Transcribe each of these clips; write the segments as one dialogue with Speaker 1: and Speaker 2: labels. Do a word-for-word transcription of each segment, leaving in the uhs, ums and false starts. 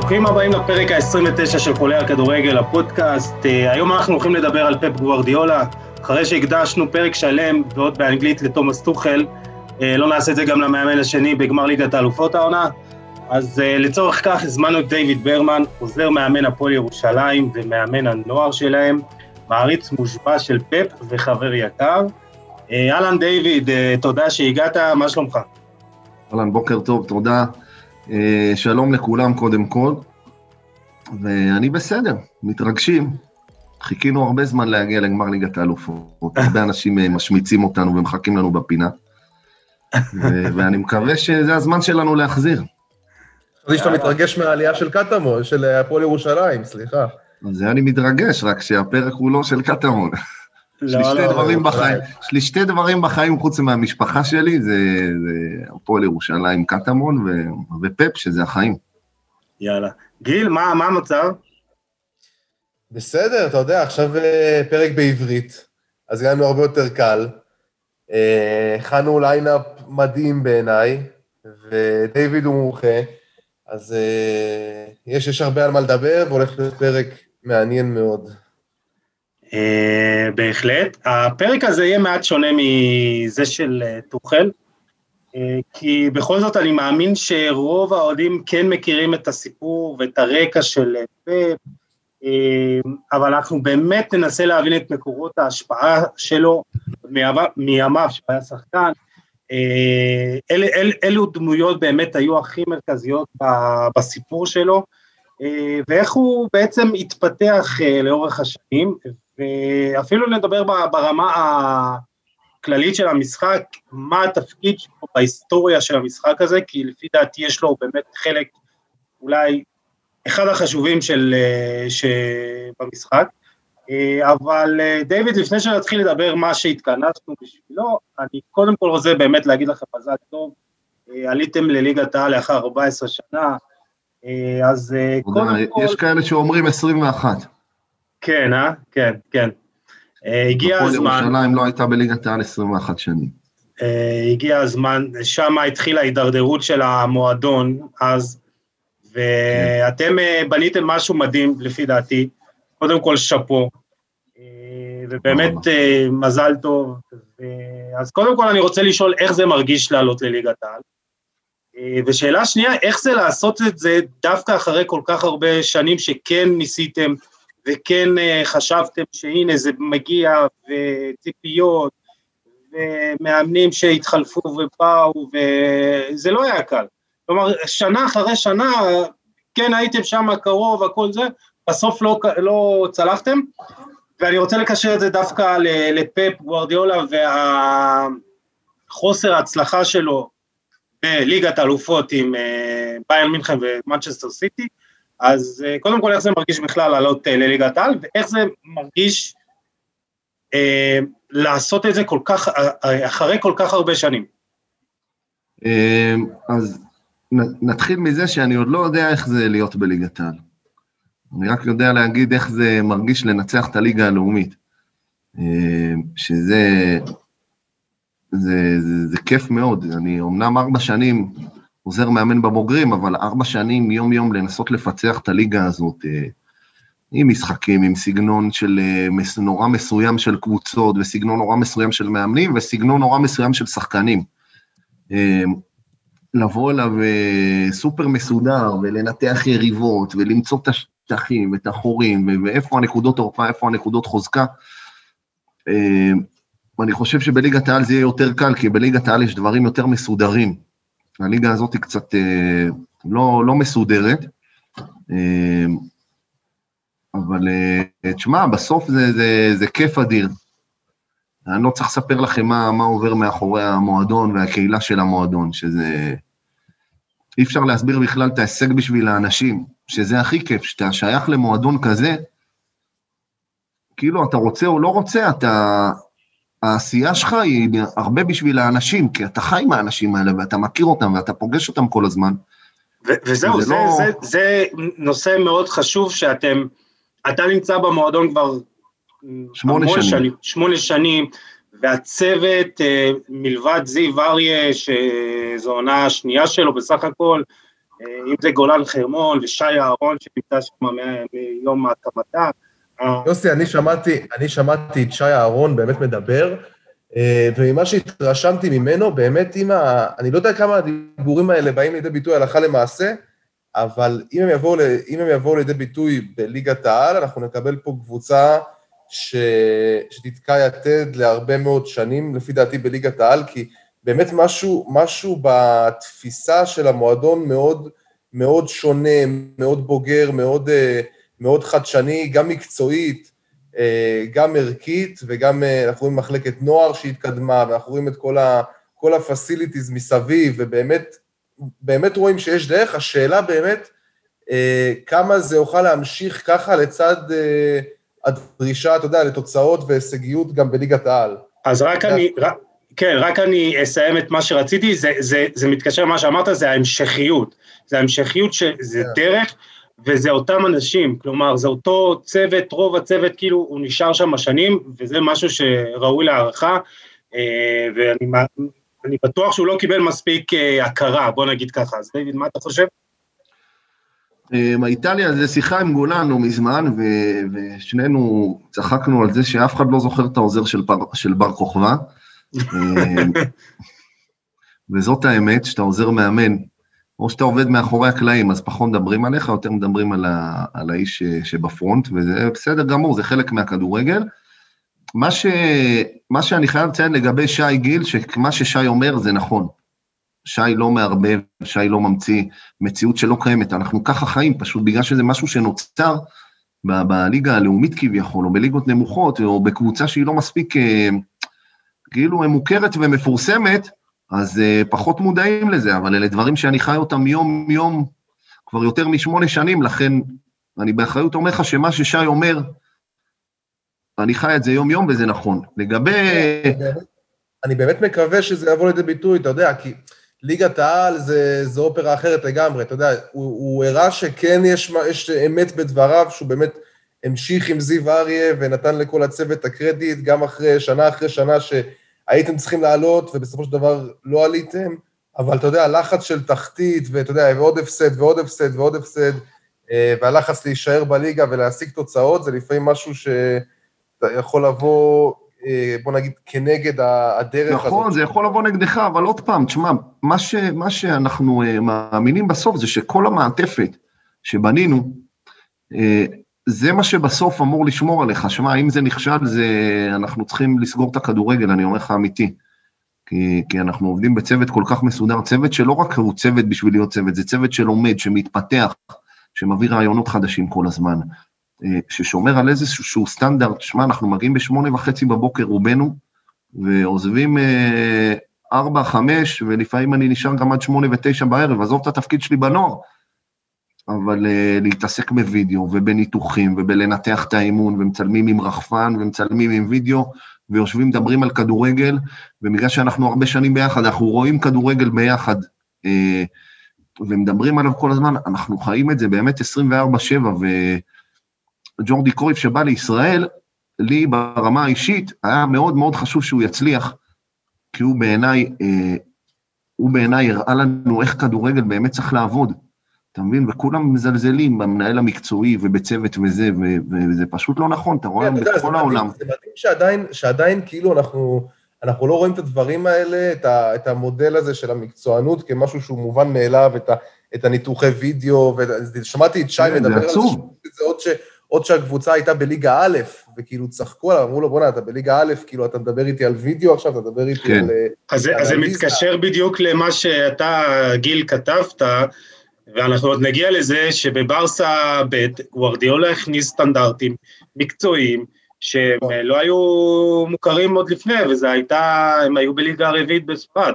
Speaker 1: ברוכים הבאים לפרק ה-עשרים ותשע של חולי הכדורגל, הפודקאסט. היום אנחנו הולכים לדבר על פפ גוארדיולה, אחרי שהקדשנו פרק שלם ועוד באנגלית לתומאס טוחל, לא נעשה את זה גם למאמן השני בגמר ליגת האלופות העונה. אז לצורך כך הזמנו את דיוויד ברמן, עוזר מאמן הפועל ירושלים ומאמן הנוער שלהם, מעריץ מושבע של פפ וחבר יקר. אהלן דיוויד, תודה שהגעת, מה שלומך?
Speaker 2: אהלן, בוקר טוב, תודה. שלום לכולם קודם כל, ואני בסדר, מתרגשים, חיכינו הרבה זמן להגיע לגמר ליגת האלופות, הרבה אנשים משמיצים אותנו ומחכים לנו בפינה, ואני מקווה שזה הזמן שלנו להחזיר.
Speaker 3: חשבתי שאתה מתרגש מהעלייה של קטמון, של הפועל ירושלים, סליחה.
Speaker 2: אז זה אני מתרגש, רק שהפרק הוא לא של קטמון. יש לי שתי דברים בחיים, יש לי שתי דברים בחיים חוץ מהמשפחה שלי, זה הפועל ירושלים, קטמון ופפ, שזה החיים.
Speaker 1: יאללה. גיל, מה המצב?
Speaker 3: בסדר, אתה יודע, עכשיו פרק בעברית, אז גם הרבה יותר קל. הכנו ליינאפ מדהים בעיניי, ודיוויד הוא מומחה, אז יש, יש הרבה על מה לדבר, והולך להיות פרק מעניין מאוד.
Speaker 1: Uh, בהחלט. הפרק הזה יהיה מעט שונה מזה של uh, טוחל, uh, כי בכל זאת אני מאמין שרוב האוהדים כן מכירים את הסיפור ואת הרקע של פפ, uh, אבל אנחנו באמת ננסה להבין את מקורות ההשפעה שלו מימיו שהיה שחקן. uh, אל, אל, אלו דמויות באמת היו הכי מרכזיות בסיפור שלו, uh, ואיך הוא בעצם התפתח uh, לאורך השנים, ואפילו נדבר ברמה הכללית של המשחק, מה התפקיד שלו בהיסטוריה של המשחק הזה, כי לפי דעתי יש לו באמת חלק, אולי אחד החשובים של, במשחק, אבל דיוויד, לפני שנתחיל לדבר מה שהתכנסנו בשבילו, אני קודם כל רוצה באמת להגיד לכם מזל טוב, עליתם לליגת העל לאחר ארבע עשרה שנה, אז קודם כל...
Speaker 2: יש כאלה שאומרים עשרים ואחת.
Speaker 1: כן, אה? כן, כן. הגיע הזמן...
Speaker 2: הפועל ירושלים לא הייתה בליגת העל עשרים ואחת שנים.
Speaker 1: הגיע הזמן, שם התחילה ההידרדרות של המועדון אז, ואתם בניתם משהו מדהים לפי דעתי, קודם כל שפו, ובאמת מזל טוב, אז קודם כל אני רוצה לשאול איך זה מרגיש לעלות לליגת העל, ושאלה שנייה, איך זה לעשות את זה דווקא אחרי כל כך הרבה שנים שכן ניסיתם, וכן חשבתם שהנה זה מגיע, וציפיות, ומאמנים שהתחלפו ובאו, וזה לא היה קל. כלומר, שנה אחרי שנה, כן הייתם שם קרוב, הכל זה, בסוף לא, לא צלחתם, ואני רוצה לקשר את זה דווקא לפפ גוארדיולה, והחוסר ההצלחה שלו, בליגת האלופות עם ביירן מינכן ומנצ'סטר סיטי, אז קודם כל איך זה מרגיש בכלל לעלות לליגת העל, ואיך זה מרגיש אה, לעשות את זה כל כך, אחרי כל כך הרבה שנים?
Speaker 2: אז נתחיל מזה שאני עוד לא יודע איך זה להיות בליגת העל. אני רק יודע להגיד איך זה מרגיש לנצח את הליגה הלאומית. שזה זה, זה, זה כיף מאוד. אני אומנם ארבע שנים עוזר מאמן בבוגרים, אבל ארבע שנים יום יום לנסות לפצח את הליגה הזאת, עם משחקים, עם סגנון של נורא מסוים של קבוצות, וסגנון נורא מסוים של מאמנים, וסגנון נורא מסוים של שחקנים. לבוא אליו סופר מסודר, ולנתח יריבות, ולמצוא את השטחים, ואת החורים, ואיפה הנקודות עורפה, איפה הנקודות חוזקה. ואני חושב שבליגת העל זה יהיה יותר קל, כי בליגת העל יש דברים יותר מסודרים. הליגה הזאת היא קצת אה, לא, לא מסודרת, אה, אבל אה, תשמע, בסוף זה, זה, זה כיף אדיר. אני לא צריך לספר לכם מה, מה עובר מאחורי המועדון והקהילה של המועדון, שזה... אי אפשר להסביר בכלל את ההישג בשביל האנשים, שזה הכי כיף, שאתה שייך למועדון כזה, כאילו אתה רוצה או לא רוצה, אתה... העשייה שלך היא הרבה בשביל האנשים, כי אתה חי עם האנשים האלה, ואתה מכיר אותם, ואתה פוגש אותם כל הזמן.
Speaker 1: ו- וזהו, זה, לא... זה, זה, זה נושא מאוד חשוב, שאתם, אתה נמצא במועדון כבר
Speaker 2: שמונה שנים.
Speaker 1: שנים, שמונה שנים, והצוות, מלבד זיו אריה, שזו עונה השנייה שלו בסך הכל, אם זה גולן חרמון ושי אהרון שנמצא שם מיום הקמתה.
Speaker 3: יוסי, אני שמעתי, אני שמעתי את שי אהרון באמת מדבר, וממה שהתרשמתי ממנו, באמת עם ה... אני לא יודע כמה הדיבורים האלה באים לידי ביטוי הלכה למעשה, אבל אם הם יבואו, אם הם יבואו לידי ביטוי בליגת העל, אנחנו נקבל פה קבוצה ש... שתתקע יתד להרבה מאוד שנים, לפי דעתי בליגת העל, כי באמת משהו, משהו בתפיסה של המועדון מאוד, מאוד שונה, מאוד בוגר, מאוד, מאוד חדשני, גם מקצועית, גם ערכית, וגם אנחנו רואים מחלקת נוער שהתקדמה, ואנחנו רואים את כל ה, כל הפסיליטיז מסביב, ובאמת, באמת רואים שיש דרך. השאלה באמת, כמה זה יוכל להמשיך ככה לצד הדרישה, אתה יודע, לתוצאות והישגיות גם בליגת העל.
Speaker 1: אז רק אני, כן, רק אני אסיים את מה שרציתי, זה, זה, זה מתקשר מה שאמרת, זה ההמשכיות, זה ההמשכיות שזה דרך, וזה אותם אנשים, כלומר, זה אותו צוות, רוב הצוות, כאילו, הוא נשאר שם שנים, וזה משהו שראוי להערכה, ואני אני בטוח שהוא לא קיבל מספיק הכרה, בוא נגיד ככה. אז דיוויד, מה אתה חושב?
Speaker 2: הייתה לי על זה שיחה עם גולן לא מזמן, ושנינו צחקנו על זה שאף אחד לא זוכר את העוזר של בר כוכבא, וזאת האמת, שאתה עוזר מאמן, או שאתה עובד מאחורי הקלעים, אז פחות מדברים עליך, יותר מדברים על, ה, על האיש שבפרונט, וזה בסדר גמור, זה חלק מהכדורגל. מה, ש, מה שאני חייב לציין לגבי שי גיל, שמה ששי אומר זה נכון. שי לא מערבב, שי לא ממציא, מציאות שלא קיימת, אנחנו ככה חיים, פשוט בגלל שזה משהו שנוצר ב, בליגה הלאומית כביכול, או בליגות נמוכות, או בקבוצה שהיא לא מספיק, כאילו מוכרת ומפורסמת, אז uh, פחות מודעים לזה, אבל אלה דברים שאני חי אותם יום יום, כבר יותר משמונה שנים, לכן אני באחריות אומר לך שמה ששי אומר, אני חי את זה יום יום וזה נכון. לגבי...
Speaker 3: אני באמת מקווה שזה יבוא לידי ביטוי, אתה יודע, כי ליגת העל זה, זה אופרה אחרת לגמרי, אתה יודע, הוא, הוא הראה שכן יש, יש אמת בדבריו, שהוא באמת המשיך עם זיו אריה, ונתן לכל הצוות הקרדיט, גם אחרי שנה אחרי שנה ש... הייתם צריכים לעלות, ובסופו של דבר לא עליתם, אבל אתה יודע, הלחץ של תחתית, ואתה יודע, ועוד הפסד, ועוד הפסד, ועוד הפסד, והלחץ להישאר בליגה ולהשיג תוצאות, זה לפעמים משהו שיכול לבוא, בוא נגיד, כנגד הדרך הזאת.
Speaker 2: נכון, זה יכול לבוא נגדך, אבל עוד פעם, תשמע, מה, ש, מה שאנחנו מאמינים בסוף, זה שכל המעטפת שבנינו, זה מה שבסוף אמור לשמור עליך, שמה, אם זה נכשל, זה, אנחנו צריכים לסגור את הכדורגל, אני אומר לך אמיתי, כי, כי אנחנו עובדים בצוות כל כך מסודר, צוות שלא רק הוא צוות בשביל להיות צוות, זה צוות שלומד, שמתפתח, שמביא רעיונות חדשים כל הזמן, ששומר על איזשהו סטנדרט, שמה, אנחנו מגיעים בשמונה וחצי בבוקר רובנו, ועוזבים ארבע, חמש, ולפעמים אני נשאר גם עד שמונה ותשע בערב, עזוב את התפקיד שלי בנוער, אבל uh, להתעסק בווידאו ובניתוחים ובלנתח את האימון ומצלמים עם רחפן ומצלמים עם וידאו ויושבים מדברים על כדורגל, ובגלל שאנחנו הרבה שנים ביחד, אנחנו רואים כדורגל ביחד uh, ומדברים עליו כל הזמן, אנחנו חיים את זה באמת עשרים וארבע שבע, וג'ורדי קרויף שבא לישראל, לי ברמה האישית היה מאוד מאוד חשוב שהוא יצליח, כי הוא בעיניי, uh, הוא בעיניי הראה לנו איך כדורגל באמת צריך לעבוד, אתה מבין? וכולם מזלזלים במנהל המקצועי ובצוות וזה, וזה פשוט לא נכון, אתה רואה בכל העולם.
Speaker 3: זה מדהים שעדיין, שעדיין כאילו אנחנו, אנחנו לא רואים את הדברים האלה, את, ה, את המודל הזה של המקצוענות, כמשהו שהוא מובן מאליו, את, ה, את הניתוחי וידאו, ושמעתי את שי מדבר על זה, זה עוד, ש, עוד שהקבוצה הייתה בליגה א', וכאילו צחקו עליו, אמרו לו, בוא נה, אתה בליגה א', כאילו אתה מדבר איתי על וידאו עכשיו, אתה מדבר איתי על...
Speaker 1: אז זה מתקשר בדיוק למה שאתה, גיל, כתבת, ואנחנו עוד נגיע לזה שבברסה ב' גוארדיולה הכניס סטנדרטים מקצועיים, שהם לא היו מוכרים עוד לפני, וזה הייתה, הם היו בליגה הרביעית בספרד.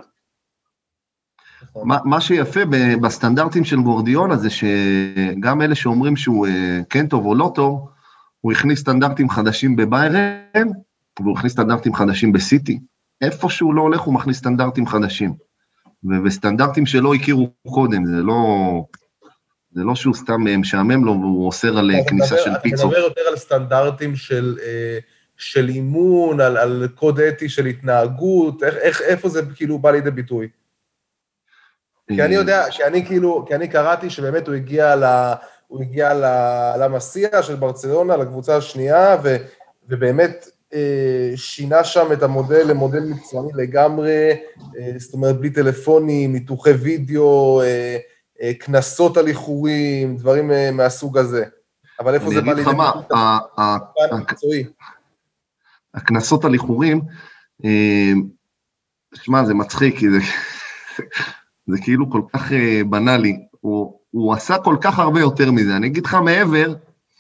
Speaker 2: מה, מה שיפה בסטנדרטים של גוארדיולה, זה שגם אלה שאומרים שהוא כן טוב או לא טוב, הוא הכניס סטנדרטים חדשים בביירן, והוא הכניס סטנדרטים חדשים בסיטי. איפה שהוא לא הולך, הוא מכניס סטנדרטים חדשים. וסטנדרטים שלא הכירו קודם, זה לא, זה לא שהוא סתם משעמם לו, והוא אוסר על כניסה של פיצות.
Speaker 3: אתה מדבר יותר על סטנדרטים של, של אימון, על, על קוד אתי של התנהגות, איך, איך, איפה זה כאילו בא לידי ביטוי? כי אני יודע, כי אני כאילו, כי אני קראתי שבאמת הוא הגיע ל... הוא הגיע למסיע של ברצלונה, לקבוצה השנייה, ו, ובאמת אה, שינה שם את המודל למודל מקצועני לגמרי, אה, זאת אומרת, בלי טלפונים, ניתוחי וידאו, אה, אה, כנסות על איחורים, דברים אה, מהסוג הזה. אבל איפה זה בא לידי
Speaker 2: מקצועי? הכנסות על איחורים, אה, שמה, זה מצחיק, כי זה, זה כאילו כל כך אה, בנאלי, הוא... הוא עשה כל כך הרבה יותר מזה. אני אגיד לך מעבר,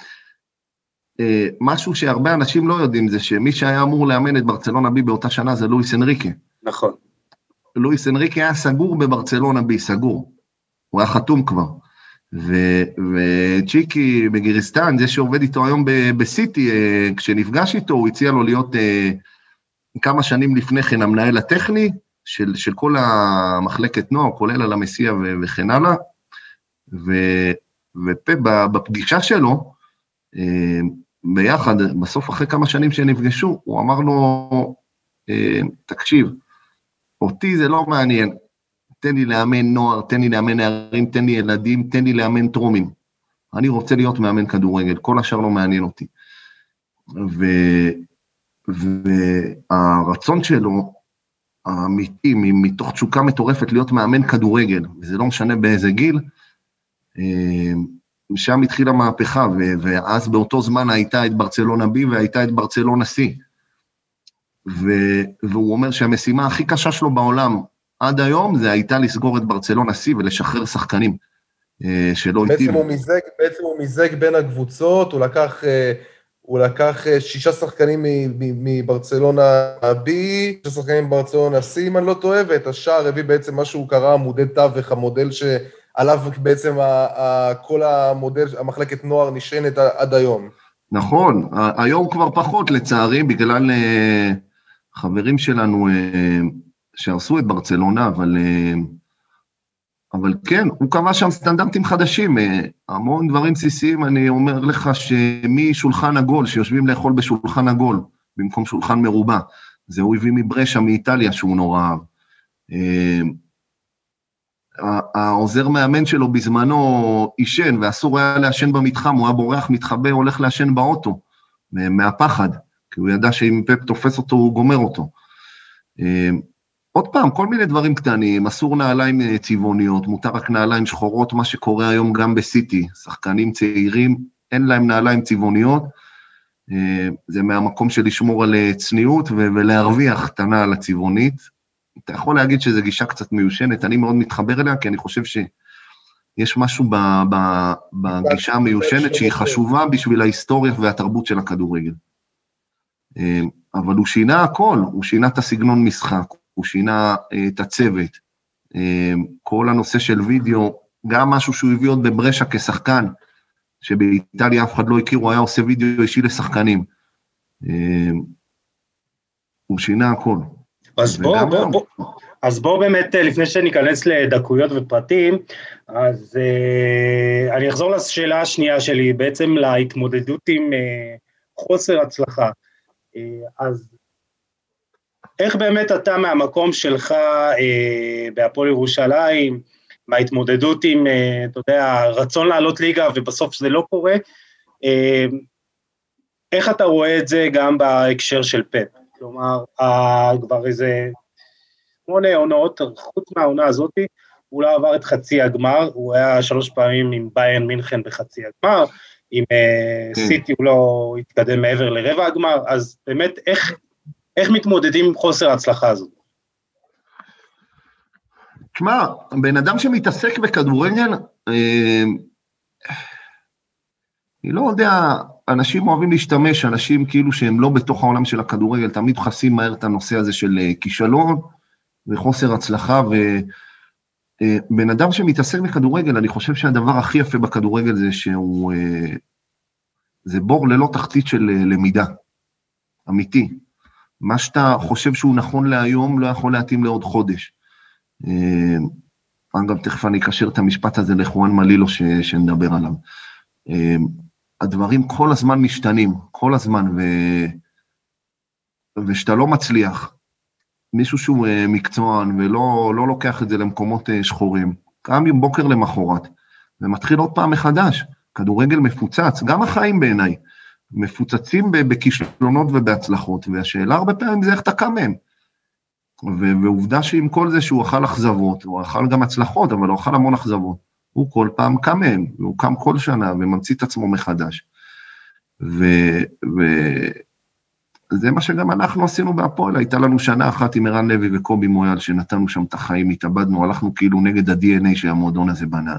Speaker 2: משהו שהרבה אנשים לא יודעים, זה שמי שהיה אמור לאמן את ברצלונה בי באותה שנה, זה לואיס אנריקה.
Speaker 1: נכון.
Speaker 2: לואיס אנריקה היה סגור בברצלונה בי, סגור. הוא היה חתום כבר. וצ'יקי בגיריסטן, זה שעובד איתו היום בסיטי, כשנפגש איתו, הוא הציע לו להיות כמה שנים לפני כן, המנהל הטכני, של, של כל המחלקת נוער, כולל על המסיע וכן הלאה, ובפגישה שלו, ביחד, בסוף אחרי כמה שנים שנפגשו, הוא אמר לו, תקשיב, אותי זה לא מעניין, תן לי לאמן נוער, תן לי לאמן נערים, תן לי ילדים, תן לי לאמן טרומים. אני רוצה להיות מאמן כדורגל, כל השאר לא מעניין אותי. והרצון שלו, האמיתי, מתוך תשוקה מטורפת להיות מאמן כדורגל, וזה לא משנה באיזה גיל, שם התחילה מהפכה, ואז באותו זמן הייתה את ברצלונה בי, והייתה את ברצלונה סי. והוא אומר שהמשימה הכי קשה שלו בעולם, עד היום, זה הייתה לסגור את ברצלונה סי, ולשחרר שחקנים שלא
Speaker 3: בעצם
Speaker 2: איתים.
Speaker 3: הוא מיזג, בעצם הוא מיזג בין הקבוצות, הוא לקח, הוא לקח שישה שחקנים מברצלונה בי, שישה שחקנים מברצלונה סי, אם אני לא טועה, ואת השאר הביא בעצם מה שהוא קרא, עמודי תווך, המודל ש... עליו בעצם כל המודל, המחלקת נוער נשענת עד היום.
Speaker 2: נכון, היום כבר פחות לצערי, בגלל חברים שלנו שעשו את ברצלונה, אבל, אבל כן, הוא קבע שם סטנדרטים חדשים, המון דברים בסיסיים, אני אומר לך שמשולחן עגול, שיושבים לאכול בשולחן עגול, במקום שולחן מרובע, זה הוא הביא מברשה מאיטליה שהוא נורא אהב. העוזר מאמן שלו בזמנו אישן, ואסור היה לאשן במתחם, הוא היה בורח, מתחבא, הולך לאשן באוטו, מהפחד, כי הוא ידע שאם פפ תופס אותו, הוא גומר אותו. עוד פעם, כל מיני דברים קטנים, אסור נעליים צבעוניות, מותר רק נעליים שחורות, מה שקורה היום גם בסיטי, שחקנים צעירים, אין להם נעליים צבעוניות, זה מהמקום של לשמור על צניעות, ולהרוויח את הנעל הצבעונית, אתה יכול להגיד שזו גישה קצת מיושנת, אני מאוד מתחבר אליה, כי אני חושב שיש משהו בגישה המיושנת שהיא חשובה בשביל ההיסטוריה והתרבות של הכדורגל. אבל הוא שינה הכל, הוא שינה את הסגנון משחק, הוא שינה את הצוות, כל הנושא של וידאו, גם משהו שהוא הביא עוד בברשה כשחקן, שבאיטליה אף אחד לא הכיר, הוא היה עושה וידאו אישי לשחקנים. הוא שינה הכל.
Speaker 1: אז בוא, בוא, בוא, אז בוא באמת, לפני שניכנס לדקויות ופרטים, אז uh, אני אחזור לשאלה השנייה שלי, בעצם להתמודדות עם uh, חוסר הצלחה. Uh, אז איך באמת אתה מהמקום שלך uh, בהפועל ירושלים, מההתמודדות עם, uh, אתה יודע, רצון לעלות ליגה ובסוף זה לא קורה, uh, איך אתה רואה את זה גם בהקשר של פפ? כלומר, כבר איזה שמונה עונות, חוץ מהעונה הזאת, הוא לא עבר את חצי הגמר, הוא היה שלוש פעמים עם ביירן מינכן בחצי הגמר, עם סיטי הוא לא התקדם מעבר לרבע הגמר, אז באמת, איך, איך מתמודדים עם חוסר ההצלחה הזאת?
Speaker 2: תשמע, בן אדם שמתעסק בכדורגל, אני לא יודע, אנשים אוהבים להשתמש, אנשים כאילו שהם לא בתוך העולם של הכדורגל, תמיד חסים מהר את הנושא הזה של כישלון וחוסר הצלחה, ובן אדם שמתעסק בכדורגל, אני חושב שהדבר הכי יפה בכדורגל זה שהוא, זה בור ללא תחתית של למידה, אמיתי. מה שאתה חושב שהוא נכון להיום, לא יכול להתאים לעוד חודש. אגב, תכף אני אקשר את המשפט הזה לחואן מלילו ש, שנדבר עליו. הדברים כל הזמן משתנים, כל הזמן, ו... ושאתה לא מצליח, מישהו שהוא מקצוען, ולא לא לוקח את זה למקומות שחורים, קם עם בוקר למחרת, ומתחיל עוד פעם מחדש, כדורגל מפוצץ, גם החיים בעיניי, מפוצצים בכישלונות ובהצלחות, והשאלה הרבה פעמים זה איך אתה קם מהם, ועובדה שעם כל זה שהוא אכל אכזבות, הוא אכל גם הצלחות, אבל הוא אכל המון אכזבות, הוא כל פעם קם מהם, והוא קם כל שנה, וממציא את עצמו מחדש, ו... ו... זה מה שגם אנחנו עשינו בהפועל, הייתה לנו שנה אחת עם ערן לוי וקובי מויאל, שנתנו שם את החיים, התאבדנו, הלכנו כאילו נגד ה-די אן איי שהמועדון הזה בנה.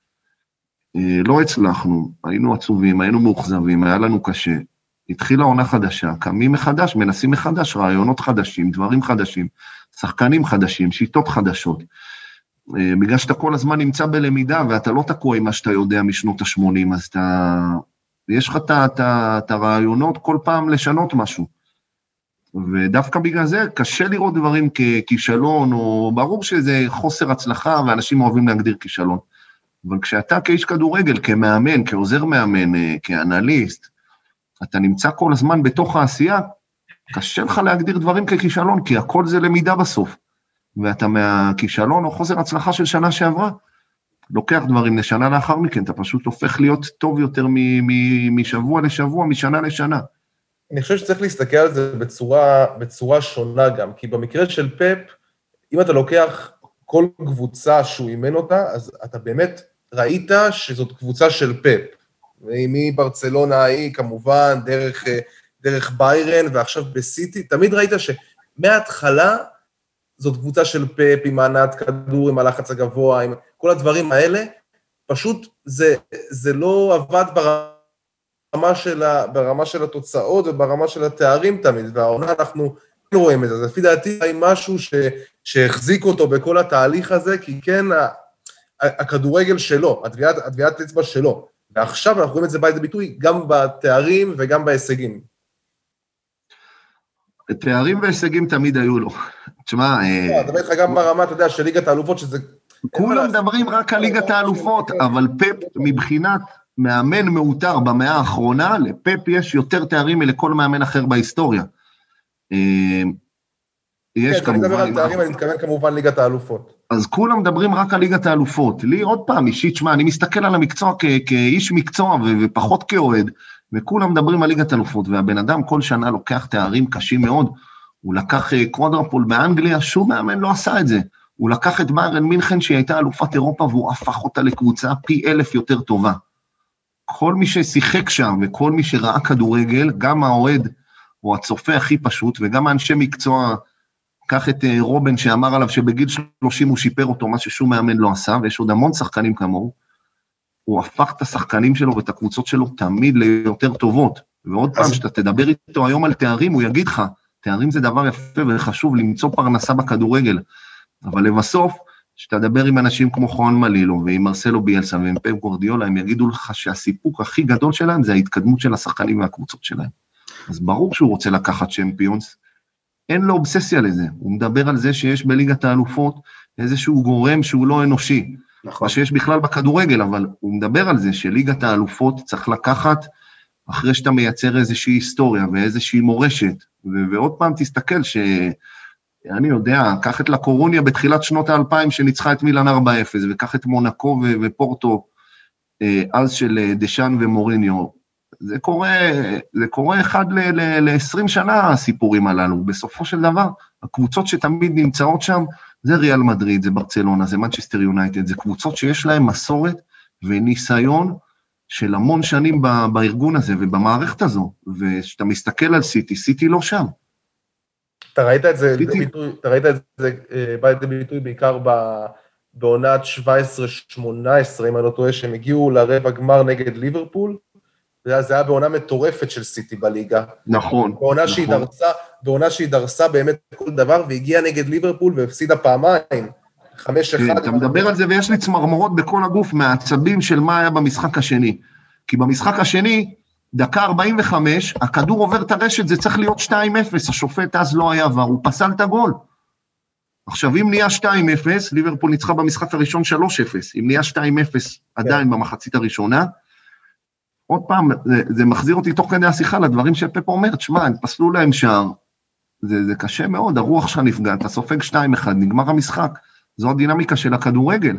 Speaker 2: לא הצלחנו, היינו עצובים, היינו מאוכזבים, היה לנו קשה. התחילה עונה חדשה, קמים מחדש, מנסים מחדש, רעיונות חדשים, דברים חדשים, שחקנים חדשים, שיטות חדשות. בגלל שאתה כל הזמן נמצא בלמידה, ואתה לא תקוע עם מה שאתה יודע משנות ה-שמונים, אז אתה... יש לך את הרעיונות כל פעם לשנות משהו. ודווקא בגלל זה קשה לראות דברים ככישלון, או ברור שזה חוסר הצלחה, ואנשים אוהבים להגדיר כישלון. אבל כשאתה כאיש כדורגל, כמאמן, כעוזר מאמן, כאנליסט, אתה נמצא כל הזמן בתוך העשייה, קשה לך להגדיר דברים ככישלון, כי הכל זה למידה בסוף. ואתה מהכישלון או חוסר הצלחה של שנה שעברה, לוקח דברים לשנה לאחר מכן, אתה פשוט הופך להיות טוב יותר משבוע לשבוע, משנה לשנה.
Speaker 3: אני חושב שצריך להסתכל על זה בצורה, בצורה שונה גם, כי במקרה של פפ, אם אתה לוקח כל קבוצה שהוא אימן אותה, אז אתה באמת ראית שזאת קבוצה של פפ. מברצלונה ההיא, כמובן, דרך, דרך ביירן, ועכשיו בסיטי, תמיד ראית שמההתחלה זאת קבוצה של פפ, עם מענת כדור, עם הלחץ הגבוה, עם כל הדברים האלה, פשוט זה, זה לא עבד ברמה של, ה, ברמה של התוצאות וברמה של התארים תמיד, והעונה אנחנו לא רואים את זה. אז לפי דעתי היה משהו ש, שהחזיק אותו בכל התהליך הזה, כי כן, ה, הכדורגל שלו, הדביעת, הדביעת אצבע שלו, ועכשיו אנחנו רואים את זה בית הביטוי, גם בתארים וגם בהישגים.
Speaker 2: תארים והישגים תמיד היו לו. תשמע...
Speaker 3: אני מדבר איתך גם ברמה, אתה יודע, של ליגת האלופות, שזה...
Speaker 2: כולם מדברים רק על ליגת האלופות, אבל פפ מבחינת מאמן מאותר במאה האחרונה, לפפ יש יותר תארים מלכל מאמן אחר בהיסטוריה. יש כמובן... אני מדבר על
Speaker 3: תארים, אני מתכוון כמובן ליגת האלופות.
Speaker 2: אז כולם מדברים רק על ליגת האלופות. לי עוד פעם, אישית, שמה, אני מסתכל על המקצוע כאיש מקצוע ופחות כאוהד, וכולם מדברים על ליגת האלופות, והבן אדם כל שנה לוקח תארים קשים מאוד, הוא לקח קוואדרפול באנגליה, שום מאמן לא עשה את זה, הוא לקח את ביירן מינכן שהיא הייתה אלופת אירופה, והוא הפך אותה לקבוצה פי אלף יותר טובה. כל מי ששיחק שם, וכל מי שראה כדורגל, גם האוהד, הוא הצופה הכי פשוט, וגם האנשי מקצוע, קח את רובן שאמר עליו שבגיל שלושים הוא שיפר אותו, מה ששום מאמן לא עשה, ויש עוד המון שחקנים כמוהו, הוא הפך את השחקנים שלו ואת הקבוצות שלו תמיד ליותר טובות, ועוד פעם שאתה תדבר איתו היום על תארים, הוא יגיד לך, תארים זה דבר יפה וחשוב למצוא פרנסה בכדורגל, אבל לבסוף, שאתה תדבר עם אנשים כמו חואן מלילו, ועם מרסלו ביאלסה ועם פפ גוארדיולה, הם יגידו לך שהסיפוק הכי גדול שלהם, זה ההתקדמות של השחקנים והקבוצות שלהם. אז ברור שהוא רוצה לקחת צ'מפיונס, אין לו אובססיה לזה, הוא מדבר על זה שיש בליגת האלופות, איזשהו גורם שהוא לא אנושי, מה שיש בכלל בכדורגל, אבל הוא מדבר על זה שליגת האלופות צריך לקחת, אחרי שאתה מייצר איזושהי היסטוריה ואיזושהי מורשת, ו- ועוד פעם תסתכל שאני יודע, קח את לקורוניה בתחילת שנות האלפיים שניצחה את מילאן ארבע אפס, וקח את מונקו ו- ופורטו, אז של דשאן ומוריניו, זה קורה, זה קורה אחד ל-עשרים שנה הסיפורים הללו, בסופו של דבר, הקבוצות שתמיד נמצאות שם, זה ריאל מדריד, זה ברצלונה, זה מנצ'סטר יונייטד, זה קבוצות שיש להם מסורת וניסיון של המון שנים בארגון הזה ובמערכת הזו, ושאתה מסתכל על סיטי, סיטי לא שם.
Speaker 3: אתה ראית את זה, ביטוי, אתה ראית את זה בית ביטוי בעיקר בעונת שבע עשרה שמונה עשרה, אם אני לא טועה, שהם הגיעו לרבע גמר נגד ליברפול, זה היה בעונה מטורפת של סיטי בליגה.
Speaker 2: נכון.
Speaker 3: בעונה
Speaker 2: נכון.
Speaker 3: שהיא דרסה, בעונה שהיא דרסה באמת כל דבר, והגיעה נגד ליברפול והפסידה פעמיים, חמש אחד.
Speaker 2: אתה מדבר על זה, ויש לי צמרמורות בכל הגוף מהעצבים של מה היה במשחק השני. כי במשחק השני, דקה ארבעים וחמש, הכדור עובר את הרשת, זה צריך להיות שתיים אפס, השופט אז לא היה עבר, הוא פסל את הגול. עכשיו, אם נהיה שתיים אפס, ליברפול ניצחה במשחק הראשון שלוש אפס, אם נהיה שתיים אפס עדיין במחצית הראשונה, עוד פעם, זה, זה מחזיר אותי תוך כדי השיחה לדברים שפפ אומר, תשמע, הם פסלו להם שער, זה, זה קשה מאוד, הרוח שלך נפגע, אתה סופג שתיים אחד, נגמר המשחק, זו הדינמיקה של הכדורגל.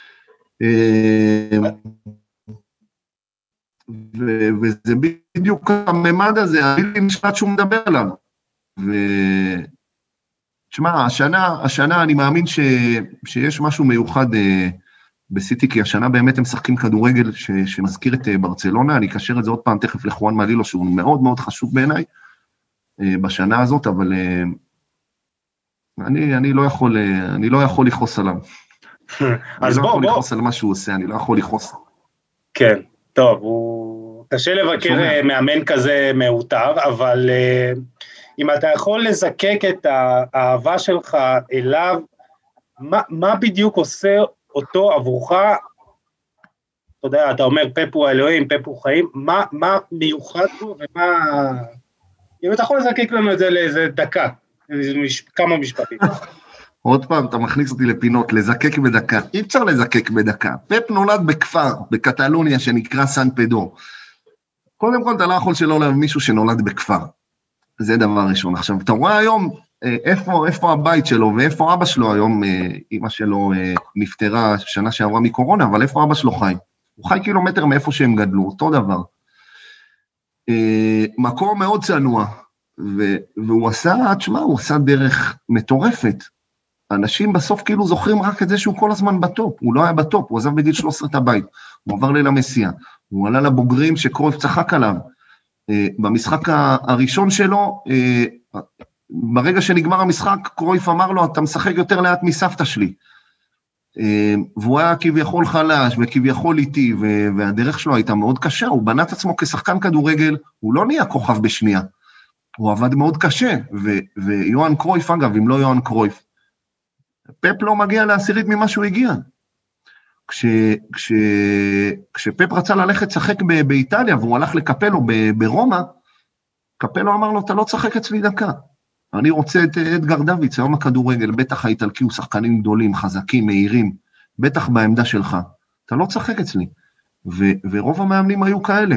Speaker 2: ו- וזה בדיוק הממד הזה, הבלתי נשלט שהוא מדבר עליו. ותשמע, השנה, השנה אני מאמין ש, שיש משהו מיוחד בסיטי, כי השנה באמת הם משחקים כדורגל ש, שמזכיר את ברצלונה, אני אקשר את זה עוד פעם תכף לחואן מלילו, שהוא מאוד מאוד חשוב בעיניי בשנה הזאת, אבל אני, אני לא יכול, אני לא יכול לכעוס עליו. אני לא יכול לכעוס על מה שהוא עושה, אני לא יכול לכעוס.
Speaker 1: כן, טוב, הוא קשה לבקר מאמן כזה מעוטר, אבל אם אתה יכול לזקק את האהבה שלך אליו, מה, מה בדיוק עושה אותו עבורך? אתה יודע, אתה אומר פפ הוא האלוהים, פפ הוא חיים, מה, מה מיוחד בו ומה... אם אתה יכול לזקק לנו את זה לאיזה דקה, כמה משפטים.
Speaker 2: עוד פעם, אתה מכניס אותי לפינות, לזקק בדקה. אי אפשר לזקק בדקה. פפ נולד בכפר, בקטלוניה, שנקרא סן פדרו. קודם כל, אתה לא יכול שלא להביא מישהו שנולד בכפר. זה דבר ראשון. עכשיו, אתה רואה היום איפה, איפה הבית שלו, ואיפה אבא שלו היום, אמא שלו נפטרה שנה שעברה מקורונה, אבל איפה אבא שלו חי? הוא חי קילומטר מאיפה שהם גדלו, אותו דבר. מקום מאוד צנוע, והוא עשה, תשמע, הוא עשה דרך מטורפת. אנשים בסוף כאילו זוכרים רק את זה שהוא כל הזמן בטופ, הוא לא היה בטופ, הוא עזב בגיל שלוש עשרה את הבית, הוא עבר ללמסיה, הוא עלה לבוגרים שקרויף צחק עליו, במשחק הראשון שלו, ברגע שנגמר המשחק, קרויף אמר לו, אתה משחק יותר לאט מסבתא שלי, והוא היה כביכול חלש, וכביכול איטי, והדרך שלו הייתה מאוד קשה, הוא בנה את עצמו כשחקן כדורגל, הוא לא נהיה כוכב בשנייה, הוא עבד מאוד קשה, ויואן קרויף, אגב, אם לא יואן קרויף, פפ לא מגיע לעשירית ממה שהוא הגיע. כש, כש, כשפפ רצה ללכת לשחק באיטליה, והוא הלך לקפלו ברומא, קפלו אמר לו, אתה לא צחק אצלי דקה. אני רוצה את אדגר דוויץ, היום הכדורגל, בטח האיטלקי הוא שחקנים גדולים, חזקים, מהירים, בטח בעמדה שלך. אתה לא צחק אצלי. ו, ורוב המאמנים היו כאלה.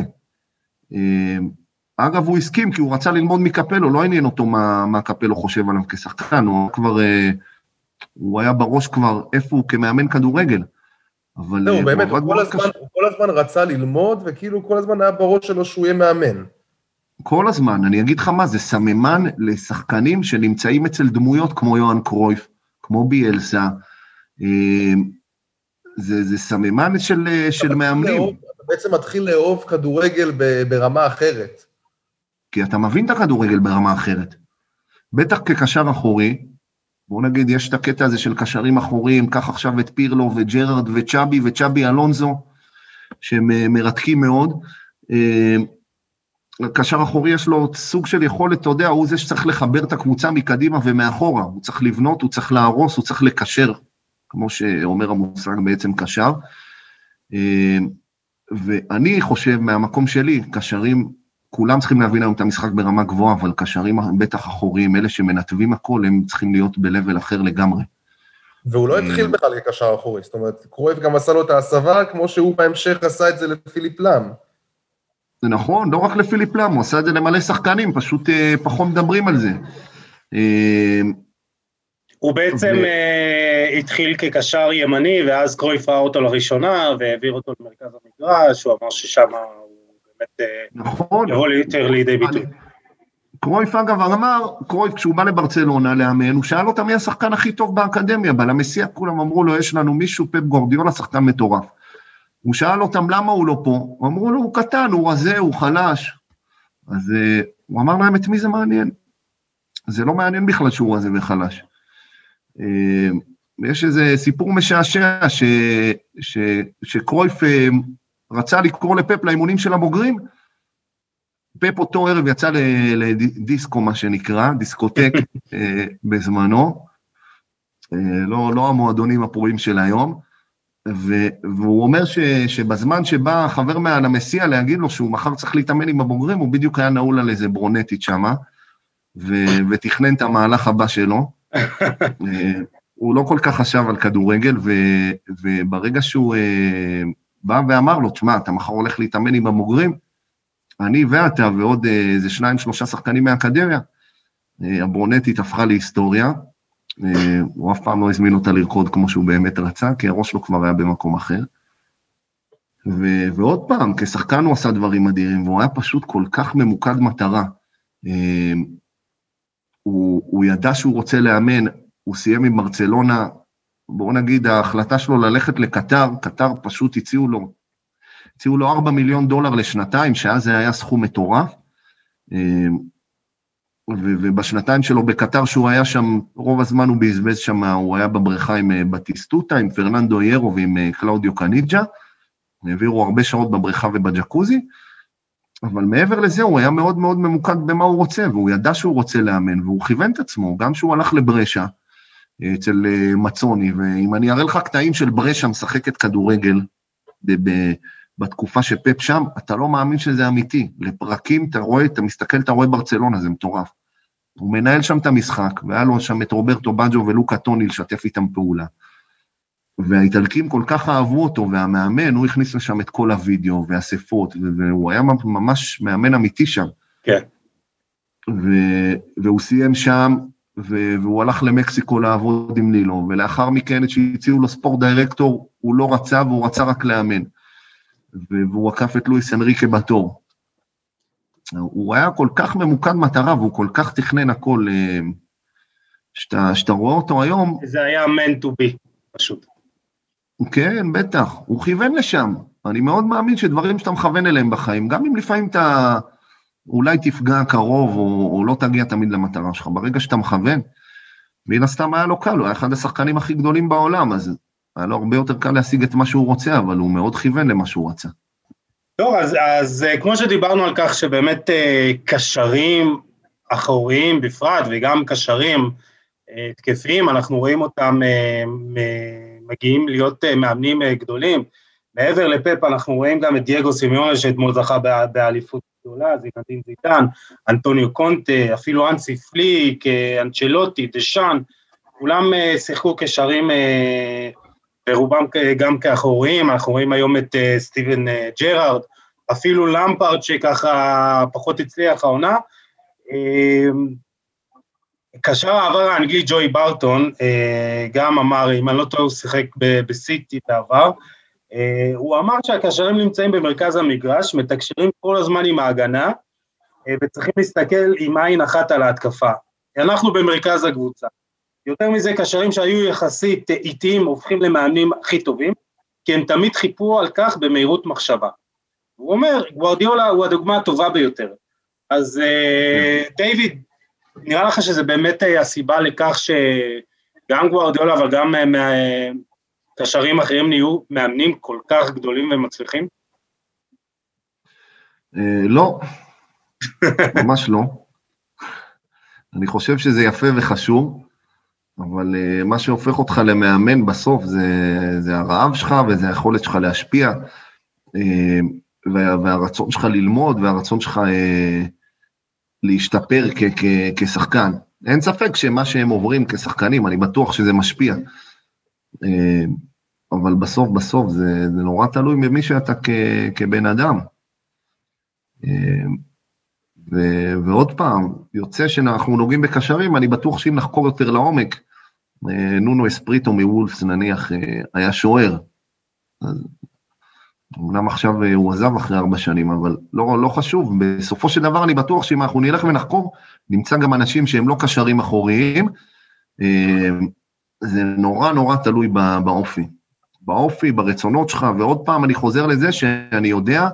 Speaker 2: אגב, הוא הסכים, כי הוא רצה ללמוד מקפלו, לא עניין אותו מה, מה קפלו חושב עליו כשחקן, הוא כבר... הוא היה בראש כבר איפה הוא כמאמן כדורגל. אבל
Speaker 3: זהו, באמת, הוא כל, הזמן, הוא כל הזמן רצה ללמוד, וכאילו כל הזמן היה בראש שלו שהוא יהיה מאמן.
Speaker 2: כל הזמן, אני אגיד לך מה, זה סממן לשחקנים שנמצאים אצל דמויות כמו יוהאן קרויף, כמו ביאלסה, זה, זה סממן של, של מאמנים.
Speaker 3: לאהוב, אתה בעצם מתחיל לאהוב כדורגל ברמה אחרת.
Speaker 2: כי אתה מבין את הכדורגל ברמה אחרת. בטח כקשר אחורי, בואו נגיד, יש את הקטע הזה של קשרים אחוריים, קח עכשיו את פירלו וג'רארד וצ'אבי וצ'אבי אלונזו, שהם מרתקים מאוד. קשר אחורי יש לו סוג של יכולת, אתה יודע, הוא זה שצריך לחבר את הקבוצה מקדימה ומאחורה, הוא צריך לבנות, הוא צריך להרוס, הוא צריך לקשר, כמו שאומר המושג בעצם קשר. ואני חושב מהמקום שלי, קשרים, כולם צריכים להבין היום את המשחק ברמה גבוהה, אבל קשרים בטח אחוריים, אלה שמנתבים הכל, הם צריכים להיות בלבל אחר לגמרי.
Speaker 3: והוא לא התחיל בכלל כקשר אחורי, זאת אומרת, קרויף גם עשה לו את ההסבה, כמו שהוא בהמשך עשה את זה לפיליפ לאם.
Speaker 2: זה נכון, לא רק לפיליפ לאם, הוא עשה את זה למלא שחקנים, פשוט פחות מדברים על זה.
Speaker 1: הוא בעצם התחיל כקשר ימני, ואז קרויף ראה אותו לראשונה, והעביר אותו למרכז המגרש, הוא אמר ששם נכון. יבוא יותר לידי ביטוי.
Speaker 2: קרויף אגב אמר, קרויף כשהוא בא לברצלונה לאמן, הוא שאל אותה מי השחקן הכי טוב באקדמיה, בלמסיה כולם אמרו לו, יש לנו מישהו, פפ גורדיולה, שחקן מטורף. הוא שאל אותם למה הוא לא פה, אמרו לו, הוא קטן, הוא רזה, הוא חלש. אז הוא אמר להם, את מי זה מעניין? זה לא מעניין בכלל שהוא רזה וחלש. יש איזה סיפור משעשע, ש, ש, שקרויף רצה לקרוא לפפ לאימונים של הבוגרים, פפ אותו ערב יצא לדיסקו, מה שנקרא, דיסקוטק בזמנו, לא, לא המועדונים הפרועים של היום, והוא אומר ש, שבזמן שבא חבר מהלמסיה להגיד לו שהוא מחר צריך להתאמן עם הבוגרים, הוא בדיוק היה נעול על איזה ברונטית שמה, ותכנן את המהלך הבא שלו, הוא לא כל כך חשב על כדורגל, וברגע שהוא בא ואמר לו, תשמע, אתה מחר הולך להתאמן עם הבוגרים, אני ואתה ועוד איזה שניים, שלושה שחקנים מהאקדמיה, הברונטית הפכה להיסטוריה, הוא אף פעם לא הזמין אותה לרקוד כמו שהוא באמת רצה, כי הראש לו כבר היה במקום אחר. ו- ועוד פעם, כשחקן הוא עשה דברים מדהימים, והוא היה פשוט כל כך ממוקד מטרה. הוא, הוא ידע שהוא רוצה לאמן, הוא סיים עם ברצלונה, בואו נגיד, ההחלטה שלו ללכת לקטר, קטר פשוט הציעו לו, הציעו לו ארבעה מיליון דולר לשנתיים, שאז זה היה סכום מטורף, ובשנתיים שלו בקטר שהוא היה שם, רוב הזמן הוא בזבז שם, הוא היה בבריכה עם בטיסטוטה, עם פרננדו ירו ועם קלאודיו קניג'ה, העבירו הרבה שעות בבריכה ובג'קוזי, אבל מעבר לזה הוא היה מאוד מאוד ממוקד במה הוא רוצה, והוא ידע שהוא רוצה לאמן, והוא כיוון את עצמו, גם שהוא הלך לברשה, אצל מצוני, ואם אני אראה לך קטעים של ברשה משחקת כדורגל, ב- ב- בתקופה שפפ שם, אתה לא מאמין שזה אמיתי, לפרקים אתה רואה, אתה מסתכל, אתה רואה ברצלונה, זה מטורף. הוא מנהל שם את המשחק, והיה לו שם את רוברטו בג'ו ולוקה טוני לשתף איתם פעולה. והאיטלקים כל כך אהבו אותו, והמאמן, הוא הכניס לשם את כל הוידאו והספות, והוא היה ממש מאמן אמיתי שם.
Speaker 1: כן.
Speaker 2: ו- והוא סיים שם, והוא הלך למקסיקו לעבוד עם נילו, ולאחר מכן שהציעו לו ספורט דירקטור, הוא לא רצה, והוא רצה רק לאמן. והוא עקף את לואיס אנריקה בתור. הוא היה כל כך ממוקד מטרה, והוא כל כך תכנן הכל, שאתה, שאתה רואה אותו היום.
Speaker 1: זה היה meant to be, פשוט.
Speaker 2: כן, בטח, הוא כיוון לשם. אני מאוד מאמין שדברים שאתה מכוון אליהם בחיים, גם אם לפעמים אתה אולי תפגע קרוב, או, או לא תגיע תמיד למטרה שלך, ברגע שאתה מכוון, מן הסתם היה לו קל, הוא היה אחד השחקנים הכי גדולים בעולם, אז היה לו הרבה יותר קל להשיג את מה שהוא רוצה, אבל הוא מאוד כיוון למה שהוא רצה.
Speaker 1: טוב, אז, אז כמו שדיברנו על כך שבאמת קשרים אחוריים בפרט, וגם קשרים תקפים, אנחנו רואים אותם מגיעים להיות מאמנים גדולים. מעבר לפפ אנחנו רואים גם את דייגו סימיונה, שאתמול זכה באליפות גדולה, זינדין זידן, אנטוניו קונטה, אפילו אנסי פליק, אנצ'לוטי, דשאן, כולם שיחקו קשרים ברובם גם כאחוריים, אנחנו רואים היום את סטיבן ג'רארד, אפילו למפארד שככה פחות הצליח העונה, קשר העבר האנגלי ג'וי ברטון, גם אמר, אם אני לא טועה הוא שיחק בסיטי בעבר, הוא אמר שהקשרים נמצאים במרכז המגרש, מתקשרים כל הזמן עם ההגנה, וצריכים להסתכל עם עין אחת על ההתקפה. אנחנו במרכז הקבוצה. יותר מזה, קשרים שהיו יחסית איטיים, הופכים למאמנים הכי טובים, כי הם תמיד חיפו על כך במהירות מחשבה. הוא אומר, גוארדיולה הוא הדוגמה הטובה ביותר. אז דיוויד, נראה לך שזה באמת הסיבה לכך שגם גוארדיולה, אבל גם קשרים אחרים נהיו מאמנים כל כך גדולים ומצליחים?
Speaker 2: לא, ממש לא. אני חושב שזה יפה וחשוב, אבל מה שהופך אותך למאמן בסוף זה, זה הרעב שלך וזה היכולת שלך להשפיע, והרצון שלך ללמוד והרצון שלך להשתפר כ- כ- כשחקן. אין ספק שמה שהם עוברים כשחקנים, אני בטוח שזה משפיע. אבל בסוף בסוף זה, זה נורא תלוי ממי שאתה כ- כבן אדם. ו- ועוד פעם, יוצא שאנחנו נוגעים בקשרים, אני בטוח שאם נחקור יותר לעומק, נונו אספריטו מוולפס נניח היה שוער, אז אמנם עכשיו הוא עזב אחרי ארבע שנים, אבל לא, לא חשוב, בסופו של דבר אני בטוח שאם אנחנו נלך ונחקור, נמצא גם אנשים שהם לא קשרים אחוריים, זה נורא נורא תלוי באופי, באופי, ברצונות שלך, ועוד פעם אני חוזר לזה שאני יודע,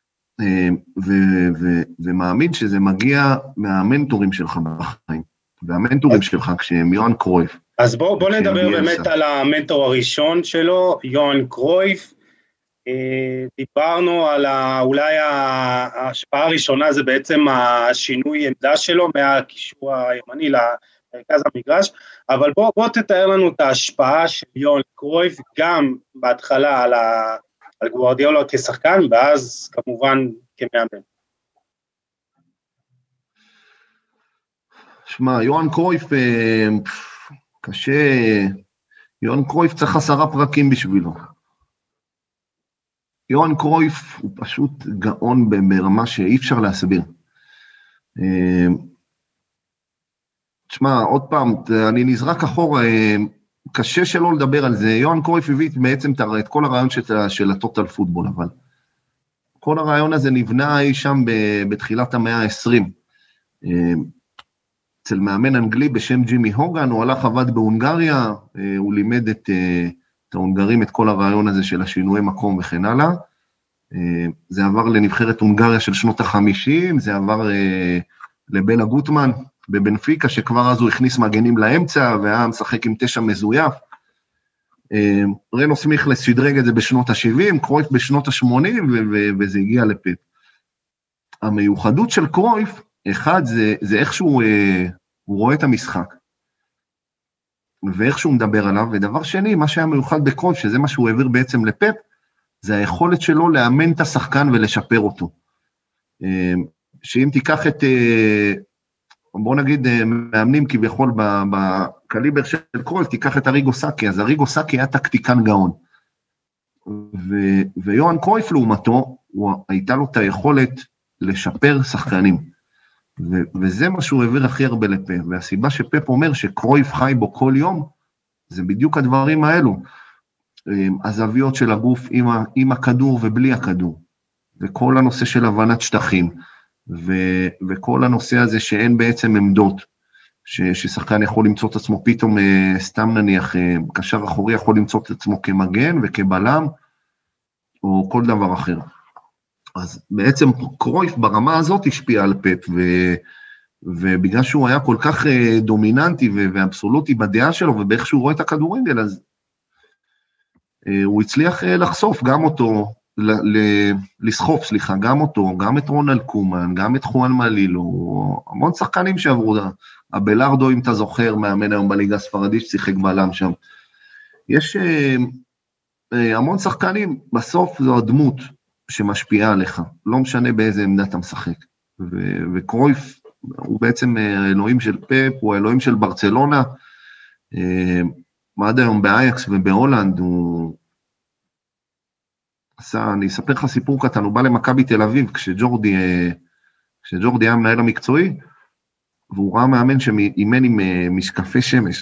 Speaker 2: ו- ו- ומאמין שזה מגיע מהמנטורים שלך בחיים, והמנטורים שלך כשהם יוהאן קרויף.
Speaker 1: אז בואו בוא נדבר באמת על המנטור הראשון שלו, יוהאן קרויף, דיברנו על אולי ההשפעה הראשונה, זה בעצם השינוי עמדה שלו מהקישור הימני למרכז המגרש, אבל בוא, בוא תתאר לנו את ההשפעה של יוהאן קרויף, גם בהתחלה על, ה, על גוארדיולה כשחקן, ואז כמובן כמאמן.
Speaker 2: שמע, יוהאן קרויף, קשה, יוהאן קרויף צריך עשרה פרקים בשבילו. יוהאן קרויף הוא פשוט גאון ברמה שאי אפשר להסביר. תשמע, עוד פעם, אני נזרק אחורה, קשה שלא לדבר על זה, יוהאן קרויף הביא בעצם את כל הרעיון של הטוטל פוטבול, אבל כל הרעיון הזה נבנה אי שם בתחילת המאה ה-עשרים, אצל מאמן אנגלי בשם ג'ימי הוגן, הוא הלך עבד בהונגריה, הוא לימד את, את ההונגרים את כל הרעיון הזה של השינוי מקום וכן הלאה, זה עבר לנבחרת הונגריה של שנות החמישים, זה עבר לבלה גוטמן בבנפיקה, שכבר אז הוא הכניס מגנים לאמצע, והיה משחק עם תשע מזויף, רנו סמיכלס שדרג את זה בשנות ה-שבעים, קרויף בשנות ה-שמונים, וזה הגיע לפפ. המיוחדות של קרויף, אחד, זה, זה איך שהוא הוא רואה את המשחק, ואיך שהוא מדבר עליו, ודבר שני, מה שהיה מיוחד בקרויף, שזה מה שהוא העביר בעצם לפפ, זה היכולת שלו לאמן את השחקן ולשפר אותו. שאם תיקח את, בוא נגיד, מאמנים כביכול בקליבר של קרויף, תיקח את אריגו סאקי, אז אריגו סאקי היה טקטיקן גאון. ו- ויוהאן קרויף לעומתו, הוא, הייתה לו את היכולת לשפר שחקנים. ו- וזה מה שהוא העביר הכי הרבה לפפ. והסיבה שפפ אומר שקרויף חי בו כל יום, זה בדיוק הדברים האלו. הזוויות של הגוף עם, ה- עם הכדור ובלי הכדור. וכל הנושא של הבנת שטחים. ו- וכל הנושא הזה שאין בעצם עמדות. ש- ששחקן יכול למצוא את עצמו פתאום, סתם נניח, קשר אחורי יכול למצוא את עצמו כמגן וכבלם, או כל דבר אחר. אז בעצם קרויף ברמה הזאת השפיע על פפ, ו, ובגלל שהוא היה כל כך דומיננטי ואבסולוטי בדעה שלו, ובאיך שהוא רואה את הכדורגל, אז הוא הצליח לחשוף גם אותו, לסחוף, סליחה, גם אותו, גם את רונלד קומן, גם את חואן מלילו, המון שחקנים שעברו, הבלארדו, אם אתה זוכר, מאמן היום בליגה הספרדית, ששיחק בלם שם. יש המון שחקנים, בסוף זו הדמות שמשפיעה עליך, לא משנה באיזה עמדה אתה משחק. ו- וקרויף הוא בעצם אלוהים של פפ, הוא אלוהים של ברצלונה, עד היום באייקס ובהולנד, הוא עשה, אני אספר לך סיפור קטן, הוא בא למכבי תל אביב, כשג'ורדי, כשג'ורדי היה מנהל המקצועי, והוא ראה מאמן שאימן עם משקפי שמש.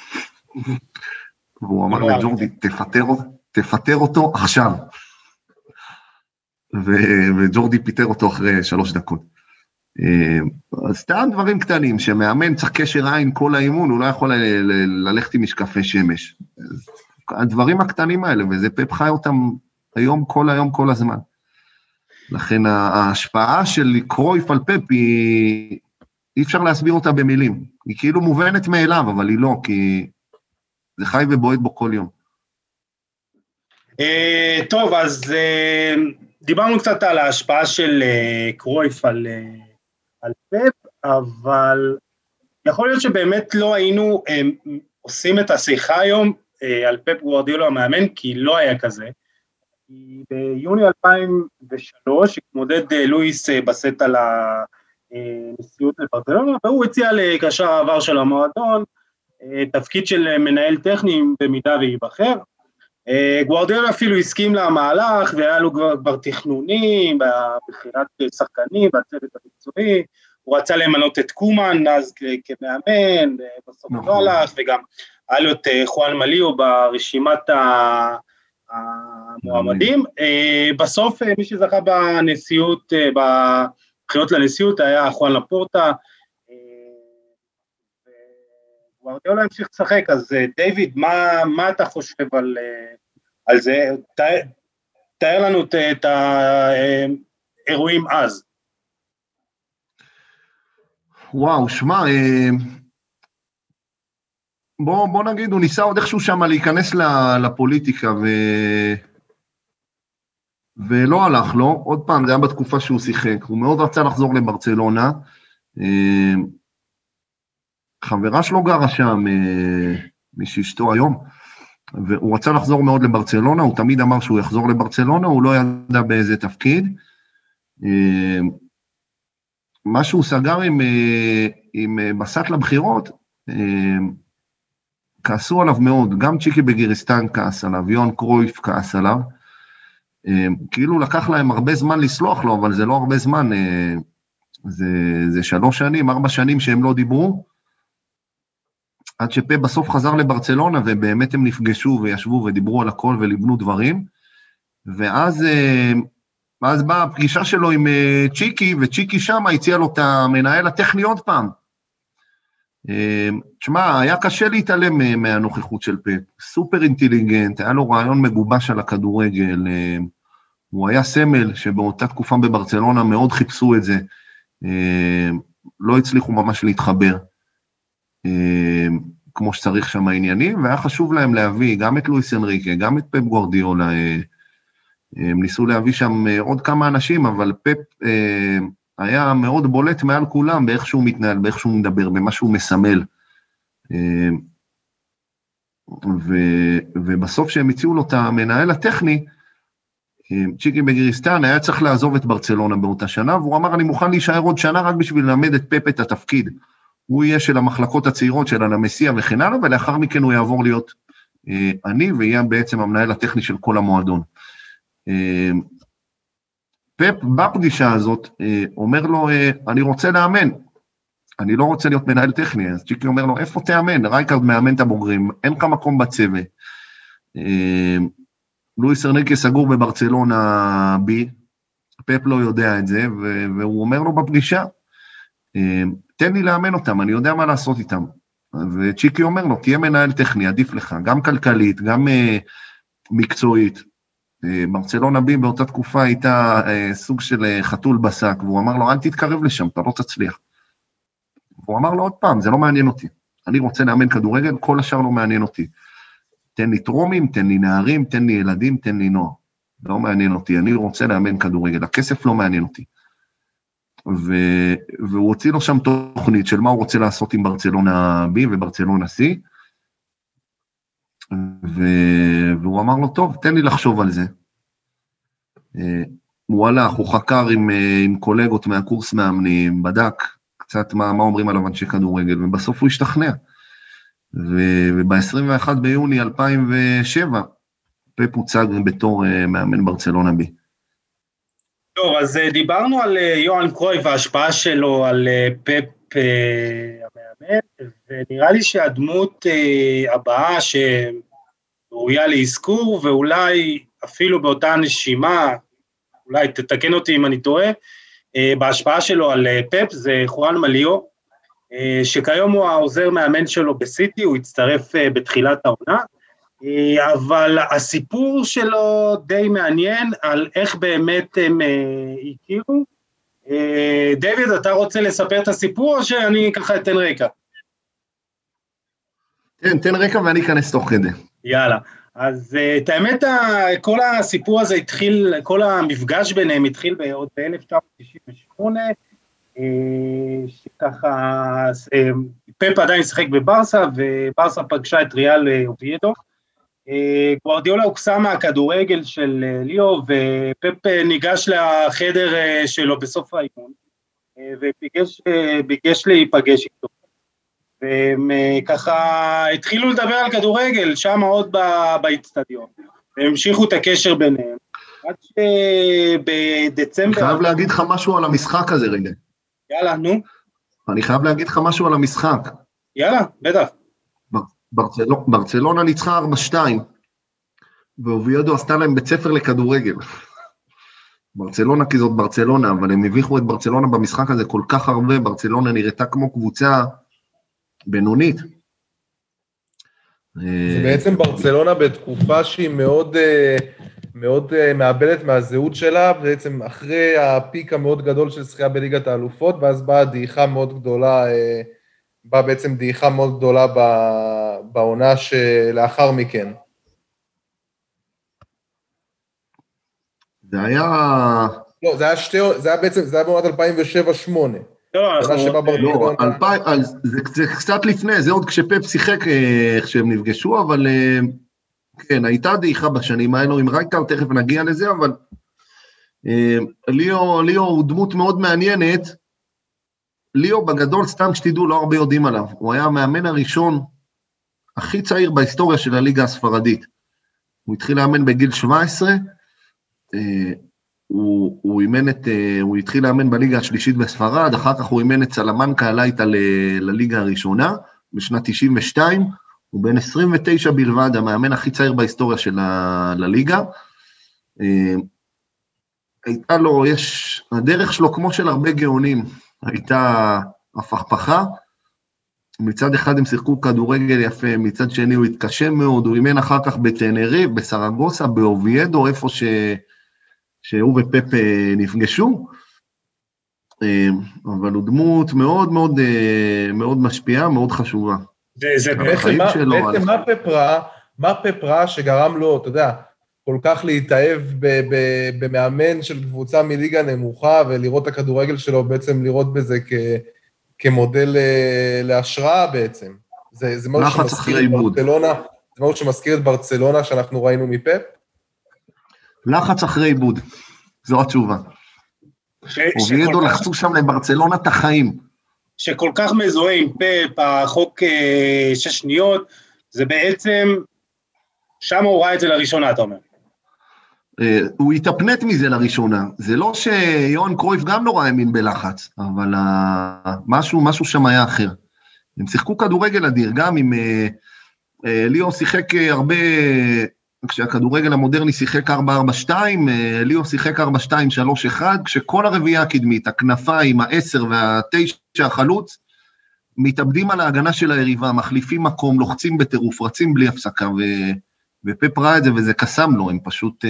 Speaker 2: והוא אמר לג'ורדי, תפטר, תפטר אותו עכשיו. וג'ורדי פיטר אותו אחרי שלוש דקות. אז סתם דברים קטנים, שמאמן צריך קשר עין כל האימון, הוא לא יכול ללכת עם משקפי שמש. הדברים הקטנים האלה, וזה פפ חי אותם היום, כל היום, כל הזמן. לכן ההשפעה של קרויף על פפ היא, אי אפשר להסביר אותה במילים. היא כאילו מובנת מאליו, אבל היא לא, כי זה חי ובועט בו כל יום.
Speaker 1: טוב, אז דיברנו קצת על ההשפעה של קרויף על, על פפ, אבל יכול להיות שבאמת לא היינו עושים את השיחה היום על פפ גוארדיולה המאמן, כי לא היה כזה. ביוני אלפיים ושלוש התמודד לואיס בסט על הנשיאות לברצלונה, והוא הציע לקשר העבר של המועדון, תפקיד של מנהל טכני במידה וייבחר. גוארדיולה אפילו הסכים למהלך, והיה לו כבר תכנונים, בבחירת שחקנים, בצוות המקצועי, הוא רצה למנות את קומן אז כמאמן, בסוף לא הלך, וגם היה לו את חואן מליו ברשימת המועמדים. בסוף מי שזכה בנשיאות, בבחירות לנשיאות, היה חואן לפורטה, גוארדיולה המשיך לשחק. אז דיוויד, מה, מה אתה חושב על, על זה? תאר, תאר לנו את, את האירועים אז.
Speaker 2: וואו, שמע, בוא, בוא נגיד, הוא ניסה עוד איכשהו שם להיכנס לפוליטיקה, ו... ולא הלך לו. עוד פעם, זה היה בתקופה שהוא שיחק, הוא מאוד רצה לחזור לברצלונה, חברה שלו גרה שם, משאשתו היום, והוא רצה לחזור מאוד לברצלונה, הוא תמיד אמר שהוא יחזור לברצלונה, הוא לא ידע באיזה תפקיד. מה שהוא סגר עם, עם בסט לבחירות, כעסו עליו מאוד, גם צ'יקי בגיריסטן כעס עליו, יוהאן קרויף כעס עליו, כאילו לקח להם הרבה זמן לסלוח לו, אבל זה לא הרבה זמן, זה, זה שלוש שנים, ארבע שנים שהם לא דיברו, עד שפפ בסוף חזר לברצלונה, ובאמת הם נפגשו וישבו ודיברו על הכל ולבנו דברים, ואז, ואז באה הפגישה שלו עם צ'יקי, וצ'יקי שם הציע לו את המנהל הטכני עוד פעם. תשמע, היה קשה להתעלם מהנוכחות של פפ, סופר אינטליגנט, היה לו רעיון מגובש על הכדורגל, הוא היה סמל שבאותה תקופה בברצלונה מאוד חיפשו את זה, לא הצליחו ממש להתחבר, כמו שצריך שם העניינים, והיה חשוב להם להביא גם את לואיס אנריקה, גם את פפ גוארדיולה, הם ניסו להביא שם עוד כמה אנשים, אבל פפ היה מאוד בולט מעל כולם, באיך שהוא מתנהל, באיך שהוא מדבר, במה שהוא מסמל. ו, ובסוף שהם הציעו לו את המנהל הטכני, צ'יקי בגיריסטן היה צריך לעזוב את ברצלונה באותה שנה, והוא אמר, אני מוכן להישאר עוד שנה רק בשביל ללמד את פפ את התפקיד. הוא יהיה של המחלקות הצעירות של הנמסיה וכן הלאה, ולאחר מכן הוא יעבור להיות אני, ויהיה בעצם המנהל הטכני של כל המועדון. פפ בפגישה הזאת אומר לו, אני רוצה לאמן, אני לא רוצה להיות מנהל טכני, אז צ'יקי אומר לו, איפה תאמן? רייקארד מאמן את הבוגרים, אין לך מקום בצוות. לואיס אנריקה סגור בברצלונה בי, פפ לא יודע את זה, והוא אומר לו בפגישה, תן לי לאמן אותם, אני יודע מה לעשות איתם. וצ'יקי אומר לו, תהיה מנהל טכני, עדיף לך, גם כלכלית, גם מקצועית. ברצלונה בי באותה תקופה הייתה סוג של חתול בשק, והוא אמר לו, אל תתקרב לשם, אתה לא תצליח. והוא אמר לו עוד פעם, זה לא מעניין אותי. אני רוצה לאמן כדורגל, כל השאר לא מעניין אותי. תן לי טרומים, תן לי נערים, תן לי ילדים, תן לי נוער. לא מעניין אותי, אני רוצה לאמן כדורגל, הכסף לא מעניין אותי. ו... והוא הוציא לו שם תוכנית של מה הוא רוצה לעשות עם ברצלונה בי וברצלונה סי, ו... והוא אמר לו, טוב, תן לי לחשוב על זה. הוא הלך, הוא חקר עם, עם קולגות מהקורס מאמנים, בדק קצת מה, מה אומרים עליו אנשי כדורגל, ובסוף הוא השתכנע. וב-עשרים ואחד ביוני אלפיים ושבע, פפ הוצג בתור מאמן ברצלונה בי.
Speaker 1: טוב, אז דיברנו על יוהאן קרויף וההשפעה שלו על פפ המאמן, ונראה לי שהדמות הבאה שראויה להזכור, ואולי אפילו באותה נשימה, אולי תתקן אותי אם אני טועה, בהשפעה שלו על פפ זה חואן מליו, שכיום הוא העוזר מאמן שלו בסיטי, הוא הצטרף בתחילת העונה, אבל הסיפור שלו די מעניין על איך באמת הם הכירו. דיוויד, אתה רוצה לספר את הסיפור או שאני ככה אתן רקע?
Speaker 2: כן, תן רקע ואני אכנס תוך כדי.
Speaker 1: יאללה, אז את האמת, כל הסיפור הזה התחיל, כל המפגש ביניהם התחיל עוד ב-אלף תשע מאות תשעים ושמונה, שככה פפ עדיין שחק בברסה, וברסה פגשה את ריאל אוביידו, גוארדיולה הוקסם מהכדורגל של ליאו, ופפ ניגש לחדר שלו בסוף האימון, וביקש להיפגש איתו, והם ככה התחילו לדבר על כדורגל, שם עוד באצטדיון, והמשיכו את הקשר ביניהם, עד שבדצמבר...
Speaker 2: אני חייב להגיד לך משהו על המשחק הזה רגע.
Speaker 1: יאללה, נו.
Speaker 2: אני חייב להגיד לך משהו על המשחק.
Speaker 1: יאללה, בטח.
Speaker 2: ברצלונה, ברצלונה ניצחה ארבע שתיים, ואוביידו עשתה להם בית ספר לכדורגל. ברצלונה כי זאת ברצלונה, אבל הם הביכו את ברצלונה במשחק הזה כל כך הרבה, ברצלונה נראתה כמו קבוצה בינונית.
Speaker 3: זה בעצם ברצלונה בתקופה שהיא מאוד, מאוד מאבדת מהזהות שלה, בעצם אחרי הפיק המאוד גדול של שחייה בליגת האלופות, ואז באה דעיכה מאוד גדולה, באה בעצם דעיכה מאוד גדולה בעונה שלאחר מכן.
Speaker 2: זה היה...
Speaker 3: לא, זה היה שתי, זה היה בעצם, זה היה בעונת אלפיים ושבע שמונה.
Speaker 1: לא,
Speaker 2: לא, זה קצת לפני, זה עוד כשפפ שיחק איך שהם נפגשו, אבל כן, הייתה דעיכה בשנים האלו עם רייקארד, תכף נגיע לזה, אבל ליאו, ליאו הוא דמות מאוד מעניינת, ליאו בגדול, סתם שתדעו, לא הרבה יודעים עליו, הוא היה המאמן הראשון, הכי צעיר בהיסטוריה של הליגה הספרדית, הוא התחיל לאמן בגיל שבע עשרה, הוא, הוא, אימן את, הוא התחיל לאמן בליגה השלישית בספרד, אחר כך הוא אימן את סלמנקה, עלה איתה ל, לליגה הראשונה, בשנת תשעים ושתיים, הוא בן עשרים ותשע בלבד, המאמן הכי צעיר בהיסטוריה של הליגה. הייתה לו, יש, הדרך שלו כמו של הרבה גאונים, הייתה הפכפכה, מצד אחד הם שיחקו כדורגל יפה, מצד שני הוא התקשה מאוד, הוא אימן אחר כך בטנריב, בסרגוסה, באוביידו, איפה ש... שהוא ופפ נפגשו, אבל הוא דמות מאוד מאוד, מאוד משפיעה, מאוד חשובה.
Speaker 3: זה, זה בעצם, מה, בעצם מה פפ ראה, מה פפ ראה שגרם לו, אתה יודע, כל כך להתאהב במאמן של קבוצה מליגה נמוכה, ולראות את הכדורגל שלו, בעצם לראות בזה כ, כמודל להשראה בעצם. זה, זה משהו שמזכיר את ברצלונה, זה משהו שמזכיר את ברצלונה שאנחנו ראינו מפפ?
Speaker 2: לחץ אחרי עיבוד, זו התשובה. אוביידו לחצו שם לברצלונה את החיים.
Speaker 1: שכל כך מזוהה עם פפ, החוק שש שניות, זה בעצם, שם הוא ראה את זה לראשונה, אתה אומר.
Speaker 2: הוא התאפנט מזה לראשונה, זה לא שיוהאן קרויף גם לא ראה האמין בלחץ, אבל משהו, משהו שם היה אחר. הם שיחקו כדורגל אדיר, גם אם ליאו שיחק הרבה, כשהכדורגל המודרני שיחק ארבע ארבע שתיים, ליאו שיחק ארבע שתיים שלוש אחת, כשכל הרביעייה הקדמית, הכנפיים, העשר והתשע החלוץ, מתאבדים על ההגנה של היריבה, מחליפים מקום, לוחצים בטירוף, רצים בלי הפסקה, ו... ופפ ראה את זה, וזה קסם לו, הם פשוט...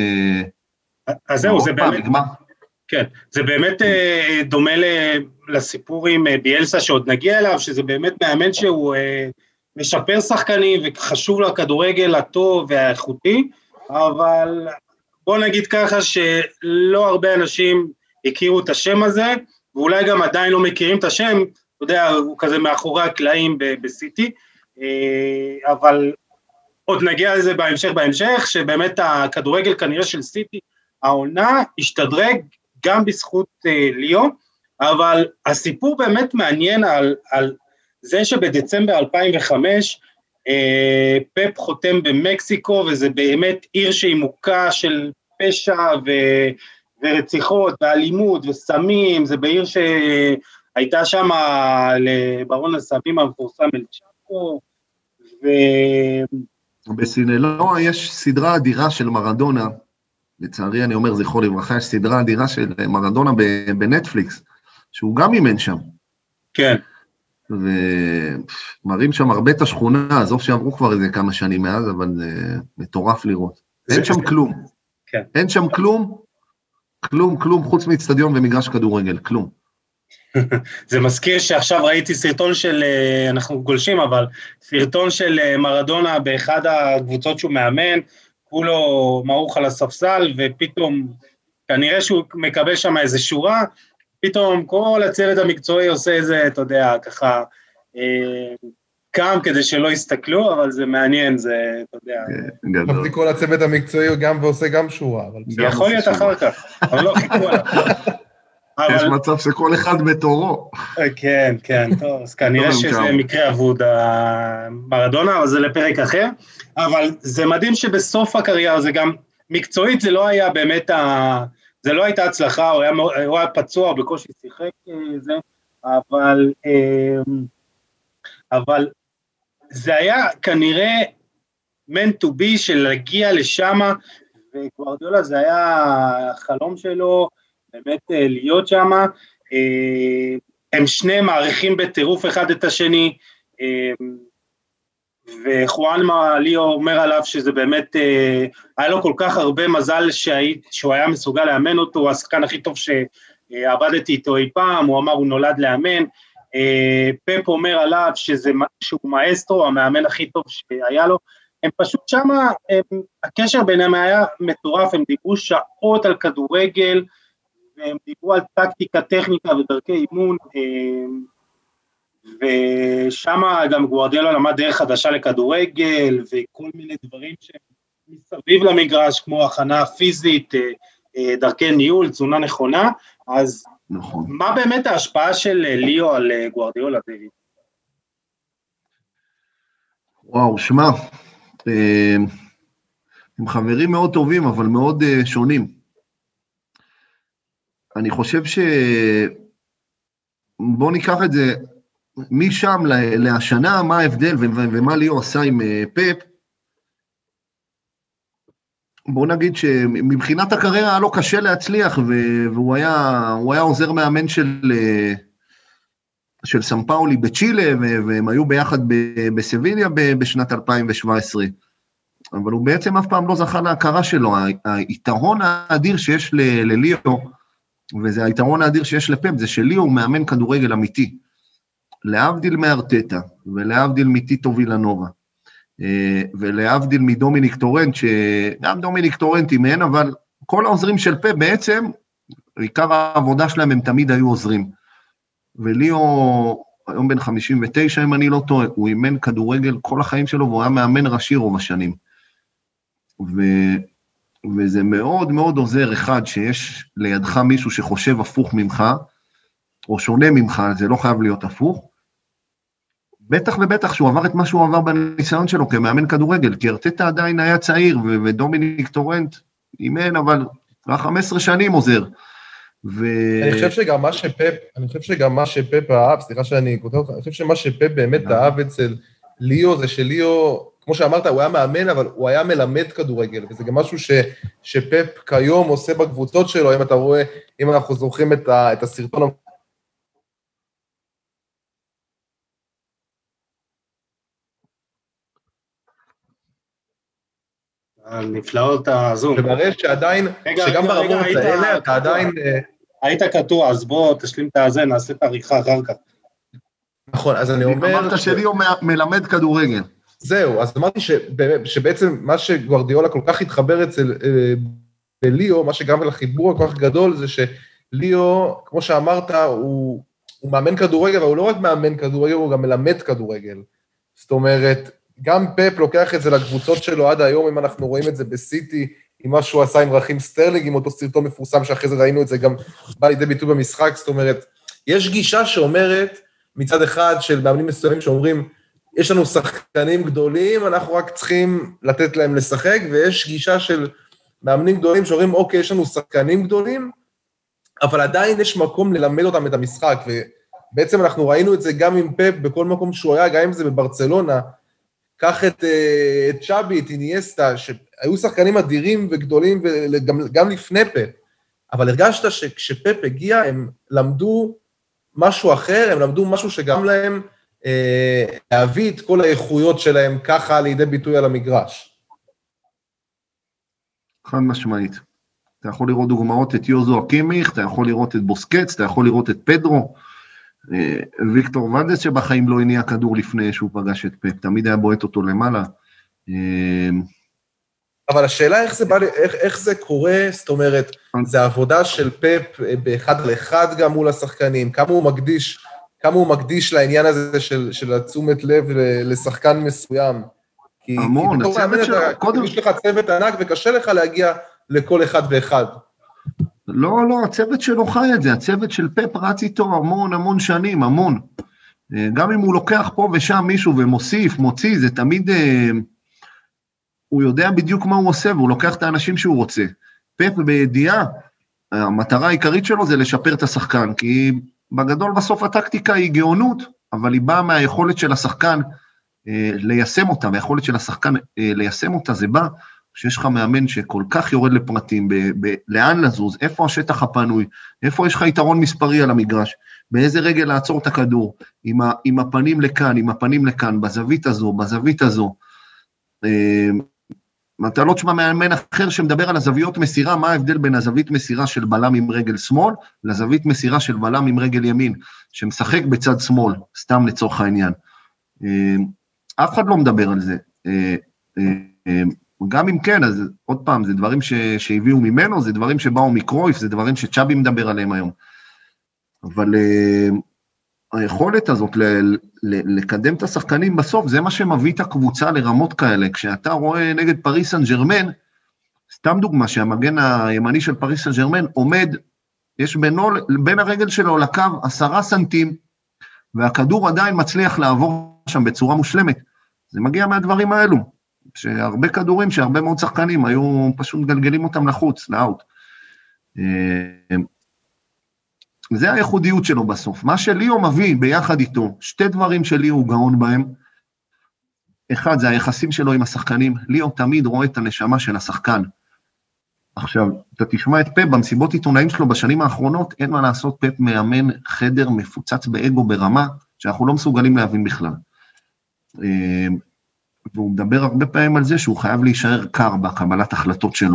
Speaker 1: אז זהו, זה באמת... כן, זה באמת דומה לסיפור עם ביאלסה, שעוד נגיע אליו, שזה באמת מאמן שהוא משפר שחקנים, וחשוב לכדורגל הטוב והאיכותי, אבל בוא נגיד ככה, שלא הרבה אנשים הכירו את השם הזה, ואולי גם עדיין לא מכירים את השם, אתה יודע, הוא כזה מאחורי הקלעים בסיטי, אבל... עוד נגיע לזה בהמשך, בהמשך, שבאמת הכדורגל כנראה של סיטי, העונה השתדרג גם בזכות אה, ליאו, אבל הסיפור באמת מעניין על, על זה שבדצמבר אלפיים וחמש, אה, פפ חותם במקסיקו, וזה באמת עיר שהיא מוכה של פשע ו, ורציחות ואלימות וסמים, זה בעיר שהייתה שם לברון הסמים המפורסם אל צ'אקו, ו...
Speaker 2: בסינלו יש סדרה אדירה של מרדונה, לצערי אני אומר זכרו לברכה, יש סדרה אדירה של מרדונה בנטפליקס, שהוא גם אימן שם.
Speaker 1: כן.
Speaker 2: ומראים שם הרבה את השכונה, עזוב שעברו כבר איזה כמה שנים מאז, אבל זה מטורף לראות. אין שם כלום.
Speaker 1: כן.
Speaker 2: אין שם כלום, כלום, כלום, חוץ מאצטדיון ומגרש כדורגל, כלום.
Speaker 1: זה מזכיר שעכשיו ראיתי סרטון של, אנחנו גולשים, אבל סרטון של מרדונה באחד הקבוצות שהוא מאמן, כולו מעוך על הספסל, ופתאום, כנראה שהוא מקבל שם איזה שורה, פתאום כל הצוות המקצועי עושה איזה, אתה יודע, ככה, קם כדי שלא יסתכלו, אבל זה מעניין, זה, אתה יודע.
Speaker 3: חשבתי כל הצוות המקצועי גם ועושה גם שורה.
Speaker 1: זה יכול להיות אחר כך, אבל לא חיכו עליו.
Speaker 2: יש מצב שכל אחד בתורו.
Speaker 1: כן, כן, טוב, אז כנראה שזה מקרה אבוד מרדונה, אבל זה לפרק אחר, אבל זה מדהים שבסוף הקריירה, זה גם מקצועית, זה לא היה באמת, זה לא הייתה הצלחה, הוא היה פצוע, בקושי שיחק זה, אבל, אבל זה היה כנראה meant to be של להגיע לשם, וגוארדיולה זה היה החלום שלו, באמת להיות שם, הם שני מעריכים בטירוף אחד את השני, וחואן ליאו אומר עליו שזה באמת, היה לו כל כך הרבה מזל שהוא היה מסוגל לאמן אותו, הוא השחקן הכי טוב שעבדתי איתו אי פעם, הוא אמר הוא נולד לאמן, פפ אומר עליו שזה, שהוא מאסטרו, המאמן הכי טוב שהיה לו, הם פשוט שם, הקשר ביניהם היה מטורף, הם דיברו שעות על כדורגל, והם דיברו על טקטיקה, טכניקה ודרכי אימון, ושם גם גוארדיולה למד דרך חדשה לכדורגל, וכל מיני דברים שמסביב למגרש, כמו הכנה פיזית, דרכי ניהול, תזונה נכונה, אז
Speaker 2: נכון.
Speaker 1: מה באמת ההשפעה של ליאו על גוארדיולה, דוד?
Speaker 2: וואו, שמע, הם חברים מאוד טובים, אבל מאוד שונים. אני חושב ש... בואו ניקח את זה, משם להשנה, מה ההבדל ומה ליאו עשה עם פפ, בואו נגיד שמבחינת הקריירה היה לו קשה להצליח, והוא היה, הוא היה עוזר מאמן של, של סן פאולי בצ'ילה, והם היו ביחד בסביליה בשנת אלפיים שבע עשרה, אבל הוא בעצם אף פעם לא זכה להכרה שלו. היתרון האדיר שיש לליאו, וזה היתרון האדיר שיש לפפ, זה שליאו הוא מאמן כדורגל אמיתי, להבדיל מארטטה, ולהבדיל מטיטו וילנובה, ולהבדיל מדומיניק טורנט, שגם דומיניק טורנט אימן, אבל כל העוזרים של פפ בעצם, עיקר העבודה שלהם הם תמיד היו עוזרים. וליאו, היום בן חמישים ותשע, אם אני לא טועה, הוא אימן כדורגל כל החיים שלו, והוא היה מאמן ראשי רוב השנים. ו... וזה מאוד מאוד עוזר אחד, שיש לידך מישהו שחושב הפוך ממך, או שונה ממך, זה לא חייב להיות הפוך, בטח ובטח שהוא עבר את מה שהוא עבר בניסיון שלו כמאמן כדורגל, כי ארטטה עדיין היה צעיר, ו- ודומיניק טורנט אימן, אבל רק חמש עשרה שנים עוזר. ו...
Speaker 3: אני חושב שגם מה שפפ, אני חושב שגם מה שפפ אהב, סליחה שאני כותב אותך, אני חושב שמה שפפ באמת אהב אצל ליאו, זה שליאו, כמו שאמרת, הוא היה מאמן, אבל הוא היה מלמד כדורגל, וזה גם משהו ש, שפפ כיום עושה בקבוצות שלו, אם אתה רואה, אם אנחנו זוכרים את, ה, את הסרטון,
Speaker 1: נפלאות הזום.
Speaker 3: שמראה שעדיין, שגם ברמות האלה, אתה עדיין...
Speaker 1: היית קטוע, אז בוא תשלים את הזה, נעשה את העריכה אחר כך.
Speaker 3: נכון, אז אני אומר...
Speaker 2: אמרת שליאו מלמד כדורגל.
Speaker 3: זהו, אז אמרתי שבעצם מה שגוארדיולה כל כך התחבר אצל ליאו, מה שגם לחיבור כל כך גדול, זה שליאו, כמו שאמרת, הוא מאמן כדורגל, אבל הוא לא רק מאמן כדורגל, הוא גם מלמד כדורגל. זאת אומרת, גם פפ לוקח את זה לקבוצות שלו עד היום, אם אנחנו רואים את זה בסיטי, עם מה שהוא עשה עם רכים סטרלינג, עם אותו סרטון מפורסם שאחרי זה ראינו את זה גם בא לידי ביטוי במשחק, זאת אומרת, יש גישה שאומרת, מצד אחד של מאמנים מסוימים שאומרים, יש לנו שחקנים גדולים, אנחנו רק צריכים לתת להם לשחק, ויש גישה של מאמנים גדולים שאומרים, אוקיי, יש לנו שחקנים גדולים, אבל עדיין יש מקום ללמד אותם את המשחק, ובעצם אנחנו ראינו את זה גם עם פפ, בכל מקום שהוא היה, גם אם זה בברצלונה, קח את, את צ'אבי, את איניאסטה, שהיו שחקנים אדירים וגדולים, וגם, גם לפני פפ, אבל הרגשת שכשפפ הגיע, הם למדו משהו אחר, הם למדו משהו שגם להם, אה, להביא את כל האיכויות שלהם ככה לידי ביטוי על המגרש.
Speaker 2: חד משמעית. אתה יכול לראות דוגמאות את יוזו אקימיך, אתה יכול לראות את בוסקץ, אתה יכול לראות את פדרו, אה, ויקטור ונדס שבחיים לא הניע כדור לפני שהוא פגש את פפ, תמיד היה בועט אותו למעלה. אה,
Speaker 3: אבל השאלה איך זה, בא, איך, איך זה קורה, זאת אומרת, זה עבודה של פפ באחד על אחד גם מול השחקנים, כמה הוא מקדיש, כמה הוא מקדיש לעניין הזה של, של תשומת לב לשחקן מסוים. כי,
Speaker 2: המון,
Speaker 3: כי
Speaker 2: הצוות שלו,
Speaker 3: קודם... יש לך צוות ענק וקשה לך להגיע לכל אחד ואחד.
Speaker 2: לא, לא, הצוות שלו חי את זה, הצוות של פפ רץ איתו המון המון שנים, המון. גם אם הוא לוקח פה ושם מישהו ומוסיף, מוציא, זה תמיד... הוא יודע בדיוק מה הוא עושה, והוא לוקח את האנשים שהוא רוצה. פפ בידיעה, המטרה העיקרית שלו זה לשפר את השחקן, כי בגדול בסוף הטקטיקה היא גאונות, אבל היא באה מהיכולת של השחקן אה, ליישם אותה, והיכולת של השחקן אה, ליישם אותה זה בא, שיש לך מאמן שכל כך יורד לפרטים, ב, ב, לאן לזוז, איפה השטח הפנוי, איפה יש לך יתרון מספרי על המגרש, באיזה רגל לעצור את הכדור, עם, ה, עם הפנים לכאן, עם הפנים לכאן, בזווית הזו, בזווית הזו, אה, אתה לא תשמע מאמן אחר שמדבר על הזוויות מסירה, מה ההבדל בין הזווית מסירה של בלם עם רגל שמאל, לזווית מסירה של בלם עם רגל ימין, שמשחק בצד שמאל, סתם לצורך העניין. אף אחד לא מדבר על זה. גם אם כן, אז עוד פעם, זה דברים שהביאו ממנו, זה דברים שבאו מקרויף, זה דברים שצ'אבי מדבר עליהם היום. אבל היכולת הזאת ל- ל- לקדם את השחקנים בסוף, זה מה שמביא את הקבוצה לרמות כאלה, כשאתה רואה נגד פריס סן ז'רמן, סתם דוגמה שהמגן הימני של פריס סן ז'רמן עומד, יש בינו, בין הרגל שלו לקו עשרה סנטים, והכדור עדיין מצליח לעבור שם בצורה מושלמת, זה מגיע מהדברים האלו, שהרבה כדורים, שהרבה מאוד שחקנים היו פשוט גלגלים אותם לחוץ, לאוט. זה הייחודיות שלו בסוף. מה שליאו מביא ביחד איתו, שתי דברים שליאו הוא גאון בהם, אחד זה היחסים שלו עם השחקנים, ליאו תמיד רואה את הנשמה של השחקן. עכשיו, אתה תשמע את פפ במסיבות עיתונאים שלו בשנים האחרונות, אין מה לעשות, פפ מאמן חדר מפוצץ באגו ברמה, שאנחנו לא מסוגלים להבין בכלל. והוא מדבר הרבה פעמים על זה, שהוא חייב להישאר קר בקבלת החלטות שלו.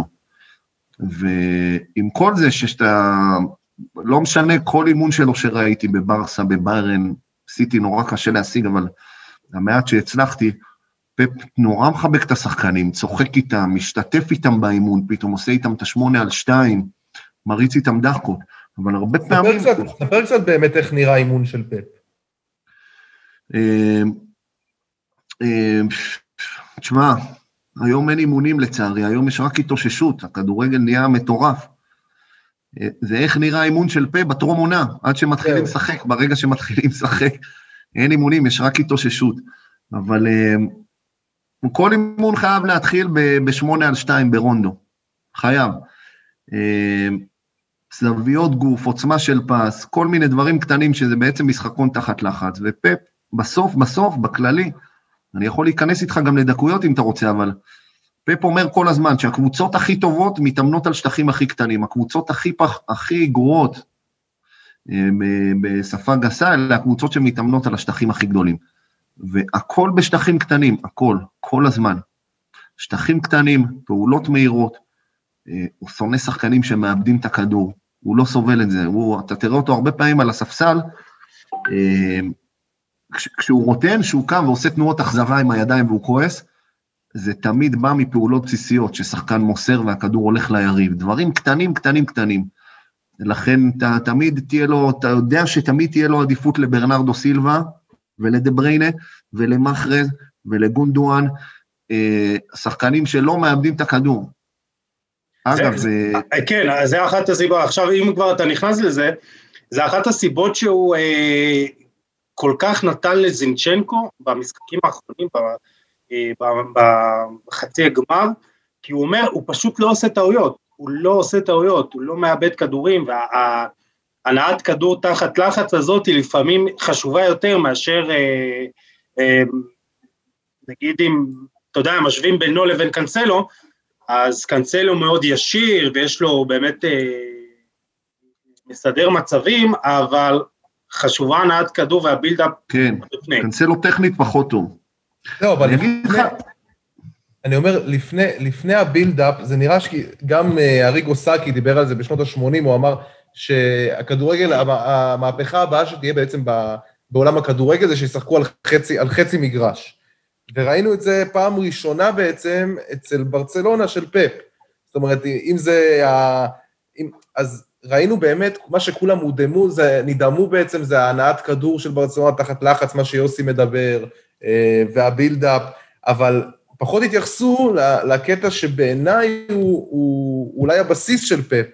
Speaker 2: ועם כל זה שאתה, לא משנה כל אימון שלו שראיתי בברסה, בביירן, סיטי נורא קשה להשיג, אבל המעט שהצלחתי, פפ נורא מחבק את השחקנים, צוחק איתם, משתתף איתם באימון, פתאום עושה איתם את השמונה על שתיים, מריץ איתם דחקות, אבל הרבה פעמים...
Speaker 3: ספר קצת באמת איך נראה אימון של פפ.
Speaker 2: תשמע, היום אין אימונים לצערי, היום יש רק התאוששות, הכדורגל נהיה מטורף. זה איך נראה אימון של פפ בטרום עונה, עד שמתחילים לשחק, ברגע שמתחילים לשחק, אין אימונים, יש רק התאוששות. אבל כל אימון חייב להתחיל בשמונה על שתיים ברונדו, חייב. זוויות גוף, עוצמה של פס, כל מיני דברים קטנים שזה בעצם משחקון תחת לחץ, ופפ בסוף, בסוף, בכללי, אני יכול להיכנס איתך גם לדקויות אם אתה רוצה, אבל פפ אומר כל הזמן שהקבוצות הכי טובות מתאמנות על שטחים הכי קטנים, הקבוצות הכי, פח, הכי גרועות בשפה גסה, אלה הקבוצות שמתאמנות על השטחים הכי גדולים. והכל בשטחים קטנים, הכל, כל הזמן. שטחים קטנים, פעולות מהירות, הוא שונא שחקנים שמאבדים את הכדור, הוא לא סובל את זה, הוא, אתה תראה אותו הרבה פעמים על הספסל, כשהוא רוטן, שהוא קם ועושה תנועות אכזבה עם הידיים והוא כועס, זה תמיד בא מפעולות בסיסיות, ששחקן מוסר והכדור הולך ליריב, דברים קטנים, קטנים, קטנים. לכן אתה תמיד תהיה לו, אתה יודע שתמיד תהיה לו עדיפות לברנרדו סילבה, ולדבריינה, ולמחרז, ולגונדואן, שחקנים שלא מאבדים את הכדור. אגב, זה...
Speaker 1: כן, זה אחת הסיבות. עכשיו, אם כבר אתה נכנס לזה, זה אחת הסיבות שהוא כל כך נתן לזינצ'נקו, במשחקים האחרונים, בחצי הגמר, כי הוא אומר, הוא פשוט לא עושה טעויות, הוא לא עושה טעויות, הוא לא מאבד כדורים, והנעת כדור תחת לחץ הזאת היא לפעמים חשובה יותר מאשר, נגיד אם, אתה יודע, משווים בינו לבין קנסלו, אז קנסלו מאוד ישיר, ויש לו באמת מסדר מצבים, אבל חשובה הנעת כדור והבילדאפ.
Speaker 2: כן, קנסלו טכנית פחות טוב.
Speaker 3: לא, אבל אני אגיד לך, אני אומר, לפני, לפני הבילדאפ, זה נראה שגם אריגו סאקי דיבר על זה בשנות ה-שמונים, הוא אמר שהכדורגל, המהפכה הבאה שתהיה בעצם בעולם הכדורגל, זה שישחקו על חצי, על חצי מגרש. וראינו את זה פעם ראשונה בעצם אצל ברצלונה של פפ. זאת אומרת, אם זה, אם, אז ראינו באמת, מה שכולם הודמו, זה, נדמו בעצם, זה ההנעת כדור של ברצלונה תחת לחץ, מה שיוסי מדבר, והבילדאפ, אבל פחות התייחסו לקטע שבעיניי הוא, הוא אולי הבסיס של פפ,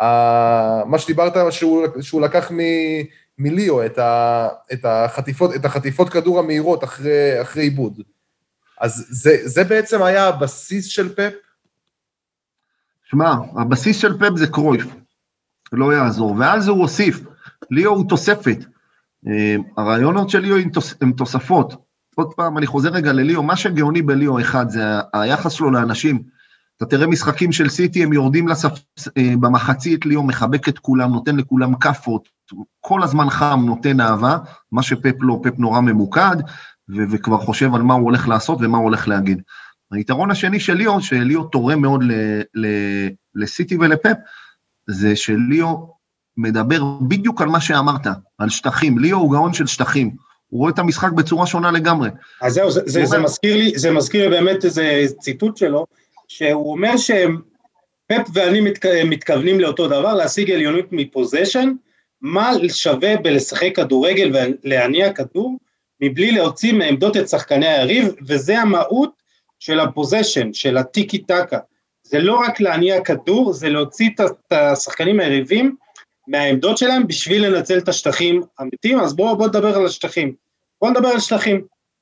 Speaker 3: מה שדיברת שהוא, שהוא לקח מ, מליאו, את, ה, את, החטיפות, את החטיפות כדור המהירות אחרי, אחרי עיבוד. אז זה, זה בעצם היה הבסיס של פפ?
Speaker 2: שמע, הבסיס של פפ זה קרויף, לא יעזור, ועל זה הוא הוסיף, ליאו הוא תוספת, הרעיונות של ליאו הם תוספות, עוד פעם, אני חוזר רגע לליאו, מה שגאוני בליאו אחד, זה היחס שלו לאנשים, אתה תראה משחקים של סיטי, הם יורדים לספ... במחצית, ליאו מחבק את כולם, נותן לכולם כפות, כל הזמן חם נותן אהבה, מה שפפ לא, פפ נורא ממוקד, ו... וכבר חושב על מה הוא הולך לעשות ומה הוא הולך להגיד. היתרון השני של ליאו, שליאו תורם מאוד ל... ל... לסיטי ולפפ, זה שליאו מדבר בדיוק על מה שאמרת, על שטחים, ליאו הוא גאון של שטחים, הוא רואה את המשחק בצורה שונה לגמרי.
Speaker 1: אז זהו, זה, זה, זה מזכיר לי, זה מזכיר לי באמת איזה ציטוט שלו, שהוא אומר שפפ ואני מתכ... מתכוונים לאותו דבר, להשיג עליונות מפוזיישן, מה שווה בלשחק כדורגל ולהניע כדור, מבלי להוציא מעמדות את שחקני היריב, וזה המהות של הפוזיישן, של הטיקי טקה. זה לא רק להניע כדור, זה להוציא את השחקנים היריבים, מהעמדות שלהם בשביל לנצל את השטחים אמיתיים, אז בואו בוא נדבר על השטחים. בואו נדבר על שטחים.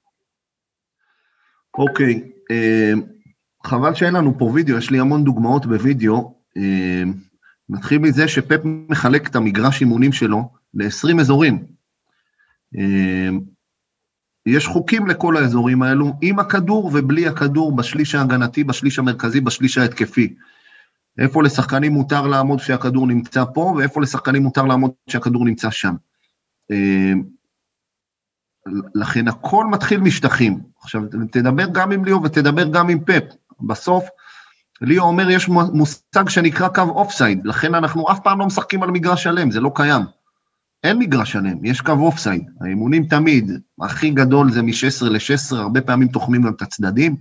Speaker 2: אוקיי, חבל שאין לנו פה וידאו, יש לי המון דוגמאות בוידאו, נתחיל מזה שפפ מחלק את המגרש אימונים שלו ל-עשרים אזורים. יש חוקים לכל האזורים האלו, עם הכדור ובלי הכדור, בשליש ההגנתי, בשליש המרכזי, בשליש ההתקפי. איפה לשחקנים מותר לעמוד כשהכדור נמצא פה, ואיפה לשחקנים מותר לעמוד כשהכדור נמצא שם. לכן הכל מתחיל משטחים. עכשיו, תדבר גם עם ליאו ותדבר גם עם פפ. בסוף, ליאו אומר, יש מושג שנקרא קו אופסייד, לכן אנחנו אף פעם לא משחקים על מגרש שלם, זה לא קיים. אין מגרש שלם, יש קו אופסייד. האימונים תמיד, הכי גדול זה מ-שש עשרה ל-שש עשרה, הרבה פעמים תוחמים גם את הצדדים.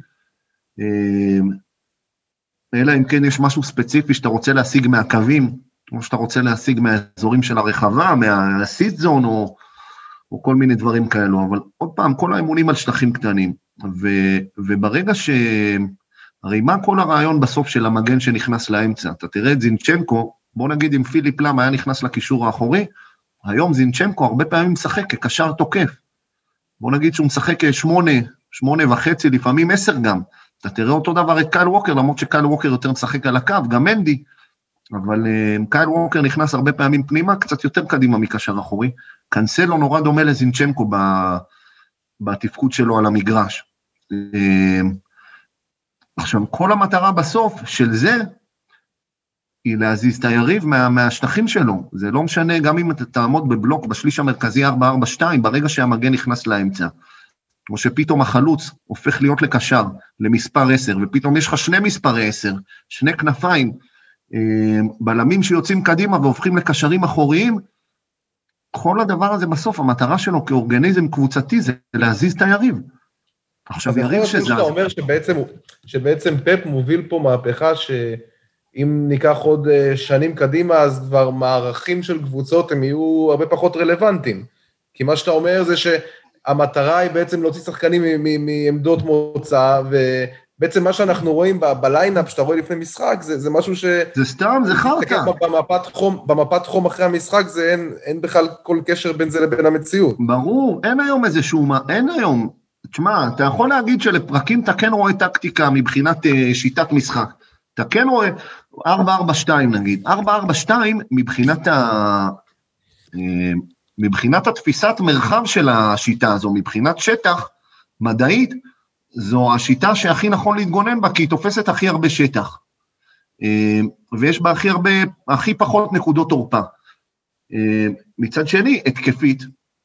Speaker 2: אלא אם כן יש משהו ספציפי שאתה רוצה להשיג מהקווים, או שאתה רוצה להשיג מהאזורים של הרחבה, מהסיט זון, או, או כל מיני דברים כאלו. אבל עוד פעם, כל האימונים על שטחים קטנים. ו, וברגע ש... הרי מה כל הרעיון בסוף של המגן שנכנס לאמצע? אתה תראה את זינצ'נקו, בוא נגיד אם פיליפ לם היה נכנס לקישור האחורי, היום זינצ'נקו הרבה פעמים משחק כקשר תוקף. בוא נגיד שהוא משחק שמונה, שמונה וחצי, לפעמים עשר גם. אתה תראה אותו דבר את קייל ווקר, למרות שקייל ווקר יותר משחק על הקו, גם מנדי, אבל uh, קייל ווקר נכנס הרבה פעמים פנימה, קצת יותר קדימה מקשר אחורי. קנסלו נורא דומה לזינצ'נקו בתפקוד שלו על המגרש. Uh, עכשיו, כל המטרה בסוף של זה, היא להזיז את היריב מה, מהשטחים שלו. זה לא משנה, גם אם אתה תעמוד בבלוק בשליש המרכזי ארבע ארבע שתיים, ברגע שהמגן נכנס לאמצע, או שפתאום החלוץ הופך להיות לקשר, למספר עשר, ופתאום יש לך שני מספרי עשר, שני כנפיים, בלמים שיוצאים קדימה והופכים לקשרים אחוריים, כל הדבר הזה בסוף, המטרה שלו כאורגניזם קבוצתי, זה להזיז את היריב. עכשיו יריב שזז.
Speaker 3: אתה אומר שבעצם, שבעצם פפ מוביל פה מהפכה שאם ניקח עוד שנים קדימה, אז כבר מערכים של קבוצות הם יהיו הרבה פחות רלוונטיים. כי מה שאתה אומר זה שהמטרה היא בעצם להוציא שחקנים מעמדות מוצא, ובעצם מה שאנחנו רואים בליינאפ שאתה רואה לפני משחק, זה, זה משהו ש...
Speaker 2: זה סתם, זה חרטה.
Speaker 3: במפת חום, במפת חום אחרי המשחק, זה אין, אין בכלל כל קשר בין זה לבין המציאות.
Speaker 2: ברור, אין היום איזשהו, אין היום... תשמע, אתה יכול להגיד שלפרקים אתה כן רואה טקטיקה מבחינת uh, שיטת משחק. אתה כן רואה ארבע ארבע שתיים נגיד. ארבע ארבע שתיים מבחינת, ה, uh, מבחינת התפיסת מרחב של השיטה הזו, מבחינת שטח מדעית, זו השיטה שהכי נכון להתגונן בה, כי היא תופסת הכי הרבה שטח. Uh, ויש בה הכי הרבה, הכי פחות נקודות תורפה. Uh, מצד שני, התקפית,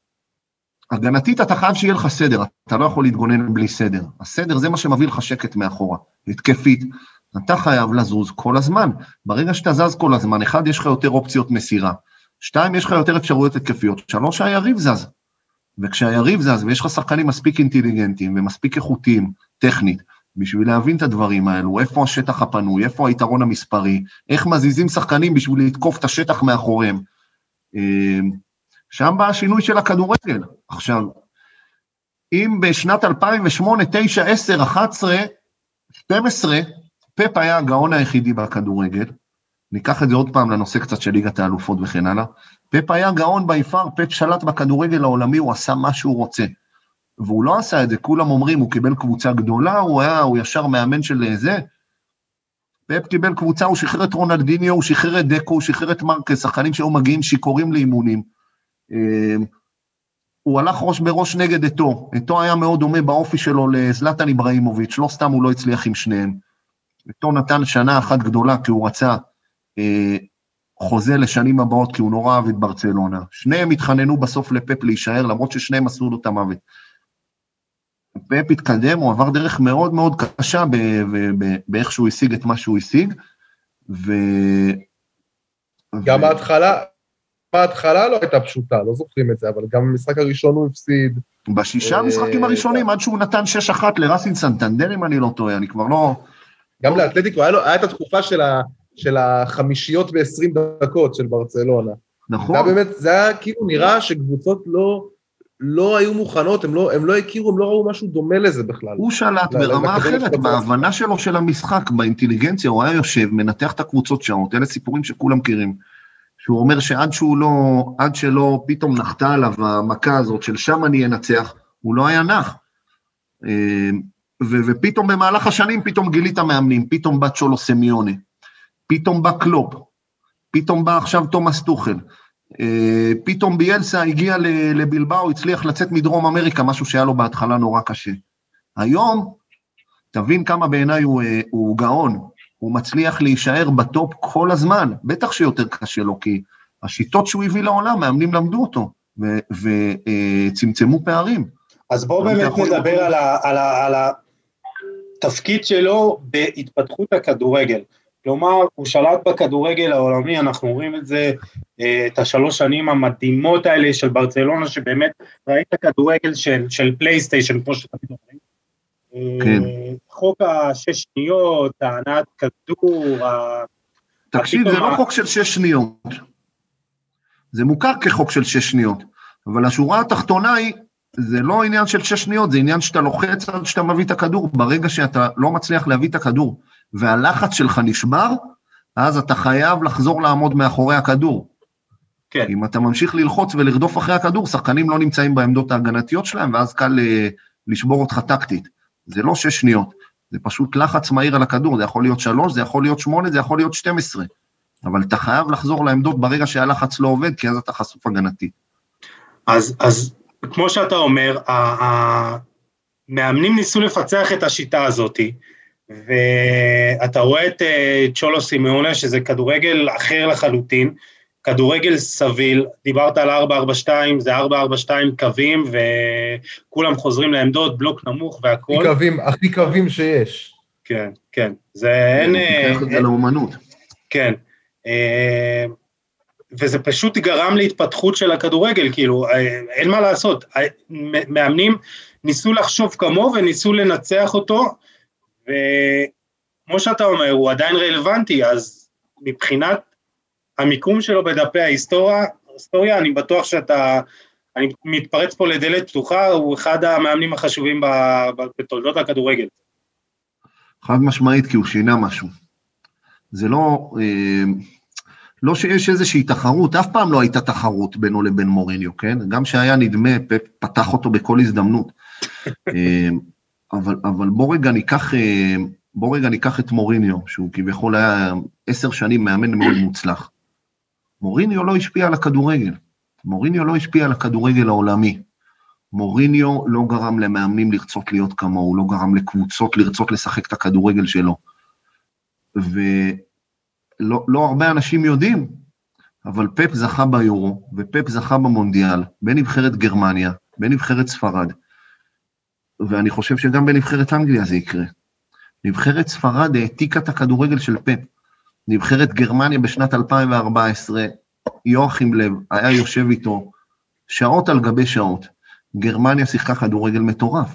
Speaker 2: הגנתית אתה חייב שיהיה לך סדר, אתה לא יכול להתגונן בלי סדר. הסדר זה מה שמביא לך שקט מאחורה. התקפית, אתה חייב לזוז כל הזמן. ברגע שאתה זז כל הזמן, אחד, יש לך יותר אופציות מסירה. שתיים, יש לך יותר אפשרויות התקפיות. שלוש, היריב זז. וכשהיריב זז, ויש לך שחקנים מספיק אינטליגנטיים, ומספיק איכותיים, טכנית, בשביל להבין את הדברים האלו, איפה השטח הפנוי, איפה היתרון המספרי, איך מזיזים שחקנים בשביל לתקוף את השטח מאחוריהם. שם בא השינוי של הכדורגל. עכשיו, אם בשנת אלפיים ושמונה, תשע, עשר, אחת עשרה, שתים עשרה, פפ היה הגאון היחידי בכדורגל, ניקח את זה עוד פעם לנושא קצת של ליגת האלופות וכן הלאה, פפ היה גאון ביפר, פפ שלט בכדורגל העולמי, הוא עשה מה שהוא רוצה, והוא לא עשה את זה, כולם אומרים, הוא קיבל קבוצה גדולה, הוא היה, הוא ישר מאמן של זה, פפ קיבל קבוצה, הוא שחרר את רונלדיניו, הוא שחרר את דקו, הוא שחרר את מרקס, שחקנים שהיו מגיעים שיכורים לאימונים, הוא הלך ראש בראש נגד אתו, אתו היה מאוד דומה באופי שלו לזלטן איברהימוביץ', לא סתם הוא לא הצליח עם שניהם, אתו נתן שנה אחת גדולה, כי הוא רצה אה, חוזה לשנים הבאות, כי הוא נורא אהב את ברצלונה, שניהם התחננו בסוף לפפ להישאר, למרות ששניהם עשו לו את המוות, פפ התקדם, הוא עבר דרך מאוד מאוד קשה, באיך שהוא השיג את מה שהוא השיג, ו...
Speaker 3: גם ההתחלה, בהתחלה לא הייתה פשוטה, לא זוכרים את זה, אבל גם במשחק הראשון הוא הפסיד.
Speaker 2: בשישה המשחקים הראשונים, עד שהוא נתן שש אחת לרסין סנטנדר, אם אני לא טועה, אני כבר לא...
Speaker 3: גם לאתלטיקו, היה את התקופה של החמישיות ב-עשרים דקות של ברצלונה.
Speaker 2: נכון.
Speaker 3: זה באמת, זה היה כאילו נראה שקבוצות לא... לא היו מוכנות, הם לא, הם לא הכירו, הם לא ראו משהו דומה לזה בכלל.
Speaker 2: הוא שלט ברמה אחרת, בהבנה שלו של המשחק, באינטליגנציה, הוא היה יושב, מנתח את הקבוצות שעות, אלה סיפורים שכולם מכירים, שהוא אומר שעד שהוא לא, עד שלא פתאום נחתה עליו המכה הזאת, של שם אני אנצח, הוא לא היה נח. ו- ופתאום במהלך השנים, פתאום גילית המאמנים, פתאום בא צ'ולו סמיוני, פתאום בא קלופ, פתאום בא עכשיו תומאס טוחל, פתאום ביאלסה הגיע לבלבאו, הצליח לצאת מדרום אמריקה, משהו שהיה לו בהתחלה נורא קשה. היום, תבין כמה בעיניי הוא, הוא גאון, הוא מצליח להישאר בטופ כל הזמן, בטח שיותר קשה לו, כי השיטות שהוא הביא לעולם, מאמנים למדו אותו, וצמצמו פערים.
Speaker 1: אז בואו באמת נדבר על, ה, על, ה, על התפקיד שלו בהתפתחות הכדורגל. כלומר, הוא שלט בכדורגל העולמי, אנחנו רואים את זה, את השלוש שנים המדהימות האלה של ברצלונה, שבאמת ראית כדורגל של, של פלייסטיישן, כמו שאתה אומרים.
Speaker 2: כן.
Speaker 1: חוק השש שניות, הענת כדור,
Speaker 2: תקשיב, זה לא חוק של שש שניות. זה מוכר כחוק של שש שניות, אבל השורה התחתונה היא, זה לא עניין של שש שניות, זה עניין שאתה לוחץ עד שאתה מביא את הכדור, ברגע שאתה לא מצליח להביא את הכדור, והלחץ שלך נשבר, אז אתה חייב לחזור לעמוד מאחורי הכדור.
Speaker 1: כן.
Speaker 2: אם אתה ממשיך ללחוץ ולרדוף אחרי הכדור, שחקנים לא נמצאים בעמדות ההגנתיות שלהם, ואז קל לשבור אותך טקטית. זה לא שש שניות, זה פשוט לחץ מהיר על הכדור, זה יכול להיות שלוש, זה יכול להיות שמונה, זה יכול להיות שתים עשרה. אבל אתה חייב לחזור לעמדות ברגע שהלחץ לא עובד, כי אז אתה חשוף הגנתי.
Speaker 1: אז, אז כמו שאתה אומר, המאמנים ניסו לפצח את השיטה הזאת, ואתה רואה את צ'ולו סימאונה, שזה כדורגל אחר לחלוטין, כדורגל סביל, דיברת על ארבע ארבע שתיים, זה ארבע ארבע שתיים קווים, וכולם חוזרים לעמדות, בלוק נמוך והכל.
Speaker 3: הכי קווים, הכי קווים שיש.
Speaker 1: כן, כן, זה אין...
Speaker 2: תיקח את זה לאומנות.
Speaker 1: כן, וזה פשוט גרם להתפתחות של הכדורגל, כאילו, אין מה לעשות, מאמנים ניסו לחשוב כמו וניסו לנצח אותו, וכמו שאתה אומר, הוא עדיין רלוונטי, אז מבחינת המיקום שלו בדפי ההיסטוריה, ההיסטוריה, אני בטוח שאתה, אני מתפרץ פה לדלת פתוחה, הוא אחד המאמנים החשובים בתולדות הכדורגל.
Speaker 2: חד משמעית, כי הוא שינה משהו. זה לא, לא שיש איזושהי תחרות, אף פעם לא הייתה תחרות בינו לבין מוריניו, כן? גם שהיה נדמה, פפ פתח אותו בכל הזדמנות. אבל, אבל בוא רגע ניקח, בוא רגע ניקח את מוריניו, שהוא כביכול היה עשר שנים מאמן מאוד מוצלח. מוריניו לא השפיע על הכדורגל, מוריניו לא השפיע על הכדורגל העולמי, מוריניו לא גרם למאמנים לרצות להיות כמוהו, לא גרם לקבוצות לרצות לשחק את הכדורגל שלו, ולא לא הרבה אנשים יודעים, אבל פפ זכה ביורו, ופפ זכה במונדיאל, בנבחרת גרמניה, בנבחרת ספרד, ואני חושב שגם בנבחרת אנגליה זה יקרה. נבחרת ספרד העתיקה את הכדורגל של פפ, נבחרת גרמניה בשנת אלפיים וארבע עשרה, יוחים לב, היה יושב איתו, שעות על גבי שעות, גרמניה שיחקה כדורגל מטורף,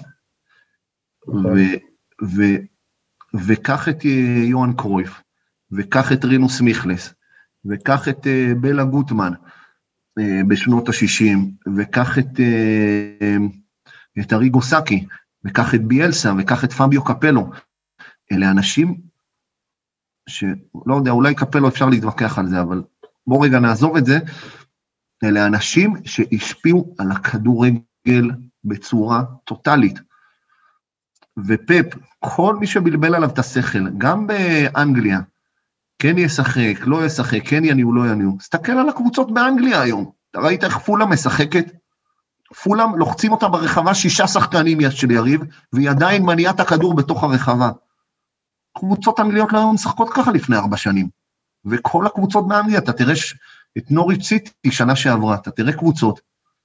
Speaker 2: וקח את יוהאן קרויף, וקח את רינוס מיכלס, וקח את בלה גוטמן, בשנות ה-שישים, וקח את, את אריגו סאקי, וקח את ביאלסה, וקח את פאביו קפלו, אלה אנשים, שלא יודע, אולי קפלו אפשר להתווכח על זה, אבל בוא רגע נעזוב את זה, אלה אנשים שהשפיעו על הכדורגל בצורה טוטלית, ופפ, כל מי שבלבל עליו את השכל, גם באנגליה, כן ישחק, לא ישחק, כן יניעו, לא יניעו, סתכל על הקבוצות באנגליה היום, אתה ראית איך פולה משחקת, פולה לוחצים אותה ברחבה, שישה שחקנים של יריב, והיא עדיין מניעה את הכדור בתוך הרחבה, קבוצות אנגליות לא היו משחקות ככה לפני ארבע שנים, וכל הקבוצות באנגליה, אתה תראה את נוריץ' סיטי שנה שעברה, אתה תראה קבוצות,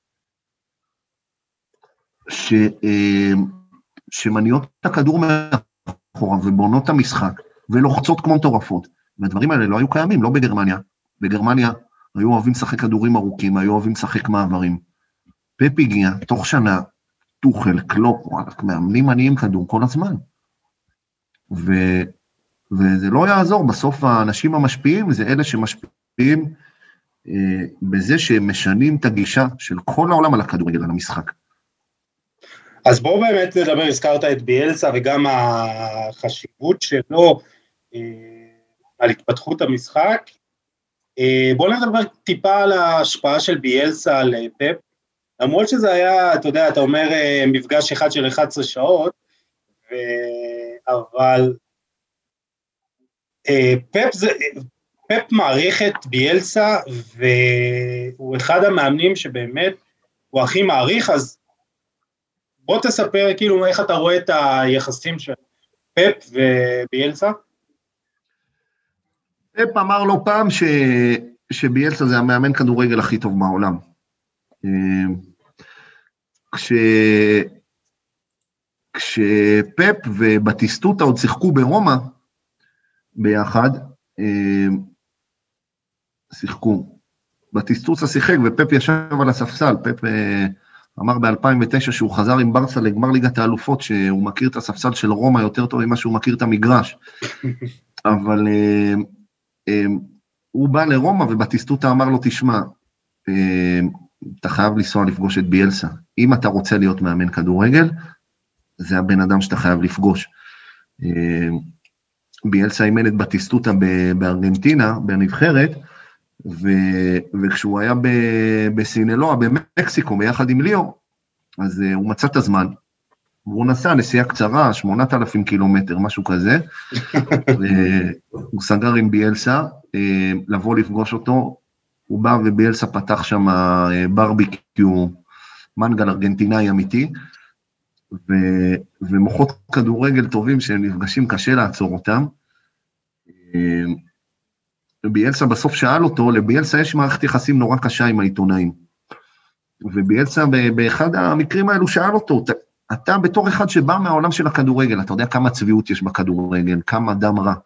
Speaker 2: ש, שמניעות את הכדור מאחורה, ובונות את המשחק, ולוחצות כמו מטורפות, והדברים האלה לא היו קיימים, לא בגרמניה, בגרמניה היו אוהבים לשחק כדורים ארוכים, היו אוהבים לשחק מעברים, פפ הגיע, תוך שנה, טוחל, קלופ, מאמנים מניעים כדור כל הזמן, ו, וזה לא יעזור, בסוף האנשים המשפיעים, זה אלה שמשפיעים אה, בזה שהם משנים את הגישה של כל העולם על הכדורגל, על המשחק.
Speaker 1: אז בואו באמת נדבר, הזכרת את ביאלסה, וגם החשיבות שלו אה, על התפתחות המשחק, אה, בואו נדבר טיפה על ההשפעה של ביאלסה על פפ, למרות שזה היה, אתה יודע, אתה אומר אה, מפגש אחד של אחת עשרה שעות, ו... אבל פפ זה, פפ מעריך את ביאלסה, והוא אחד המאמנים שבאמת הוא הכי מעריך, אז בוא תספר כאילו איך אתה רואה את היחסים של פפ וביאלסה.
Speaker 2: פפ אמר לו פעם ש... שביאלסה זה המאמן כדורגל הכי טוב בעולם. כש... כשפפ ובטיסטוטה עוד שיחקו ברומא ביחד, שיחקו. בטיסטוטה שיחק ופפ ישב על הספסל, פפ אמר ב-אלפיים ותשע שהוא חזר עם ברסה לגמר ליגת האלופות, שהוא מכיר את הספסל של רומא יותר טוב ממה שהוא מכיר את המגרש. אבל הוא בא לרומא ובטיסטוטה אמר לו, תשמע, אתה חייב לנסוע לפגוש את ביאלסה. אם אתה רוצה להיות מאמן כדורגל, זה הבן אדם שאתה חייב לפגוש. ביאלסה אימן את בטיסטוטה בארגנטינה, בנבחרת, וכשהוא היה בסינלואה, במקסיקו, ביחד עם ליאו, אז הוא מצא את הזמן, והוא נסע נסיעה קצרה, שמונת אלפים קילומטר, משהו כזה, הוא סגר עם ביאלסה, לבוא לפגוש אותו, הוא בא וביאלסה פתח שם ברביקיו, מנגל ארגנטינאי אמיתי, ומוחות כדורגל טובים שהם נפגשים, קשה לעצור אותם, וביאלסה בסוף שאל אותו, לביאלסה יש מערכת יחסים נורא קשה עם העיתונאים, וביאלסה באחד המקרים האלו שאל אותו, אתה בתור אחד שבא מהעולם של הכדורגל, אתה יודע כמה צביעות יש בכדורגל, כמה דם רע,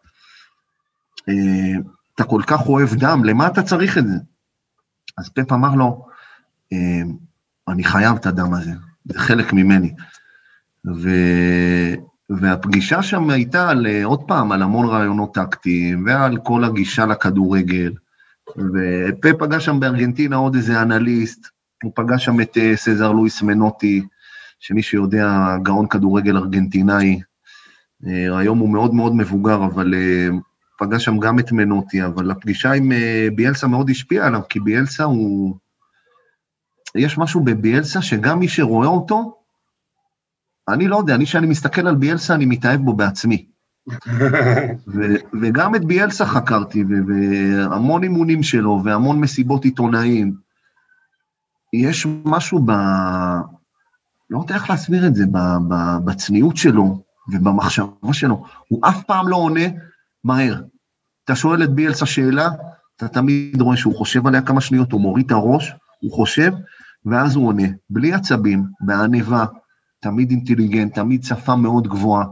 Speaker 2: אתה כל כך אוהב דם, למה אתה צריך את זה? אז פפ אמר לו, אני חייב את הדם הזה, זה חלק ממני, ו... והפגישה שם הייתה על, עוד פעם, על המון רעיונות טקטיים, ועל כל הגישה לכדורגל, ופפ פגש שם בארגנטינה עוד איזה אנליסט, הוא פגש שם את סזר לואיס מנוטי, שמי שיודע, גאון כדורגל ארגנטינאי, היום הוא מאוד מאוד מבוגר, אבל פגש שם גם את מנוטי, אבל הפגישה עם ביאלסה מאוד השפיעה עליו, כי ביאלסה הוא, יש משהו בביאלסה שגם מי שרואה אותו, אני לא יודע, אני שאני מסתכל על ביאלסה, אני מתאהב בו בעצמי. ו- וגם את ביאלסה חקרתי, ו- והמון אימונים שלו, והמון מסיבות עיתונאים. יש משהו ב... לא יודע איך להסביר את זה, ב- ב- בצניעות שלו, ובמחשבה שלו. הוא אף פעם לא עונה מהר. אתה שואל את ביאלסה שאלה, אתה תמיד רואה שהוא חושב עליה כמה שניות, הוא מוריד את הראש, הוא חושב, ואז הוא עונה. בלי עצבים, בענבה, תמיד אינטליגנט, תמיד שפה מאוד גבוהה,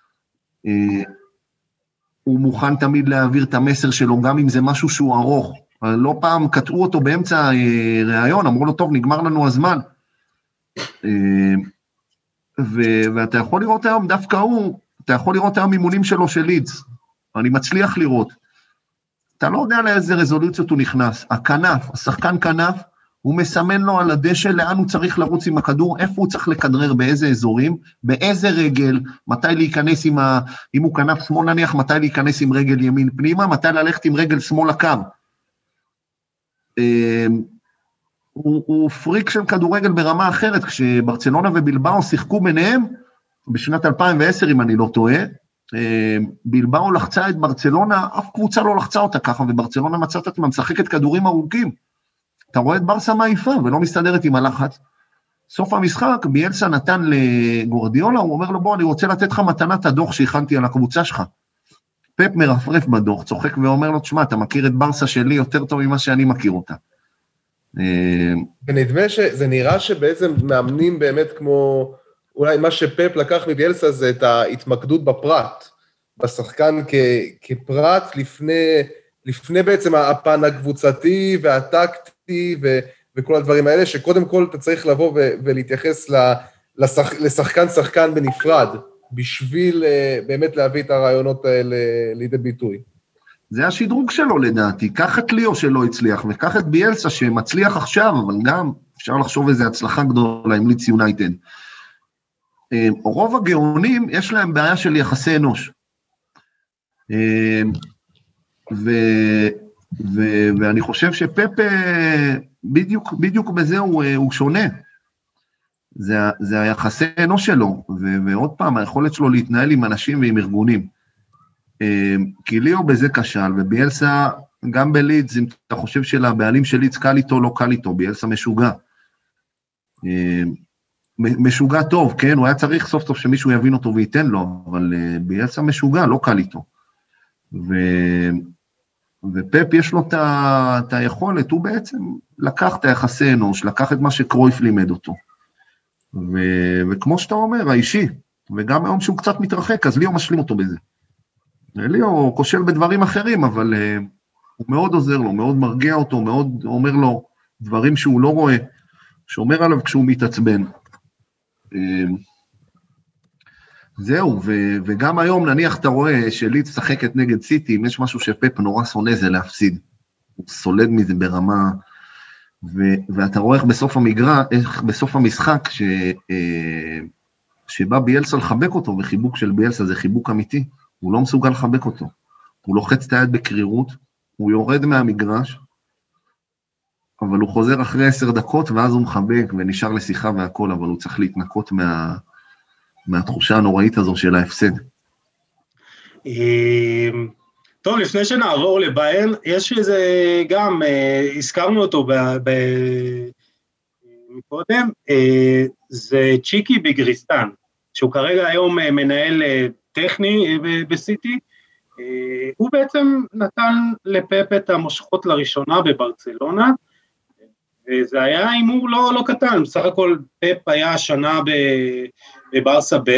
Speaker 2: הוא מוכן תמיד להעביר את המסר שלו, גם אם זה משהו שהוא ארוך, לא פעם קטעו אותו באמצע ראיון, אמרו לו, טוב, נגמר לנו הזמן, ואתה יכול לראות היום, דווקא הוא, אתה יכול לראות היום אימונים שלו של לידס, אני מצליח לראות, אתה לא יודע לאיזה רזולוציות הוא נכנס, הכנף, השחקן כנף, הוא מסמן לו על הדשא לאן הוא צריך לרוץ עם הכדור, איפה הוא צריך לכדרר, באיזה אזורים, באיזה רגל, מתי להיכנס עם ה... אם הוא כנף שמאל נניח, מתי להיכנס עם רגל ימין פנימה, מתי ללכת עם רגל שמאל לקו. הוא, הוא פריק של כדורגל ברמה אחרת, כשברצלונה ובילבאו שיחקו ביניהם, בשנת אלפיים ועשר אם אני לא טועה, בילבאו לחצה את ברצלונה, אף קבוצה לא לחצה אותה ככה, וברצלונה מצאת את עצמה, משחקת כדורים ארוכים. אתה רואה את ברסה מעיפה, ולא מסתדרת עם הלחץ. סוף המשחק, ביאלסה נתן לגורדיולה, הוא אומר לו, בוא, אני רוצה לתת לך מתנת הדוח שהכנתי על הקבוצה שלך. פפ מרפרף בדוח, צוחק ואומר לו, תשמע, אתה מכיר את ברסה שלי יותר טוב ממה שאני מכיר אותה.
Speaker 3: ונדמה שזה נראה שבעצם מאמנים באמת כמו, אולי מה שפפ לקח מביאלסה זה את ההתמקדות בפרט, בשחקן כפרט לפני, לפני בעצם הפן הקבוצתי והטקטי, ו- וכל הדברים האלה, שקודם כל אתה צריך לבוא ו- ולהתייחס לשח- לשחקן שחקן בנפרד, בשביל uh, באמת להביא את הרעיונות האלה לידי ביטוי.
Speaker 2: זה השדרוג שלו לדעתי, קח את ליאו שלא הצליח, וקח את ביאלסה שמצליח עכשיו, אבל גם אפשר לחשוב איזו הצלחה גדולה עם לידס יונייטד. רוב הגאונים יש להם בעיה של יחסי אנוש. ו... ו- ואני חושב שפפ בדיוק, בדיוק בזה הוא, הוא שונה. זה, זה היחסי אנוש שלו, ו- ועוד פעם, היכולת שלו להתנהל עם אנשים ועם ארגונים. כי ליאו בזה כשל, וביאלסה גם בלידס, אם אתה חושב שלבעלים של לידס קל איתו, לא קל איתו, ביאלסה משוגע. משוגע טוב, כן, הוא היה צריך סוף סוף שמישהו יבין אותו וייתן לו, אבל ביאלסה משוגע, לא קל איתו. ו... ופפ יש לו את, ה... את היכולת, הוא בעצם לקח את היחסי אנוש, לקח את מה שקרויף לימד אותו. ו... וכמו שאתה אומר, האישי, וגם היום שהוא קצת מתרחק, אז ליאו משלים אותו בזה. ליאו קושל בדברים אחרים, אבל uh, הוא מאוד עוזר לו, מאוד מרגיע אותו, מאוד אומר לו דברים שהוא לא רואה, שאומר עליו כשהוא מתעצבן. Uh, זהו, ו- וגם היום נניח אתה רואה שלידס שחקת נגד סיטי, אם יש משהו שפפ נורא שונא זה להפסיד. הוא סולד מזה ברמה, ו- ואתה רואה איך בסוף המגרע, איך בסוף המשחק, ש- uh, שבא ביאלסה לחבק אותו, וחיבוק של ביאלסה זה חיבוק אמיתי, הוא לא מסוגל לחבק אותו. הוא לוחץ את היד בקרירות, הוא יורד מהמגרש, אבל הוא חוזר אחרי עשר דקות, ואז הוא מחבק ונשאר לשיחה והכל, אבל הוא צריך להתנקות מה, מהתחושה הנוראית הזו של ההפסד.
Speaker 1: טוב, לפני שנעבור לביירן, יש איזה גם, הזכרנו אותו מקודם, זה צ'יקי בגריסטן, שהוא כרגע היום מנהל טכני בסיטי, הוא בעצם נתן לפפ את המושכות לראשונה בברצלונה, וזה היה אימור לא, לא קטן, בסך הכל פפ היה השנה בברסה ב',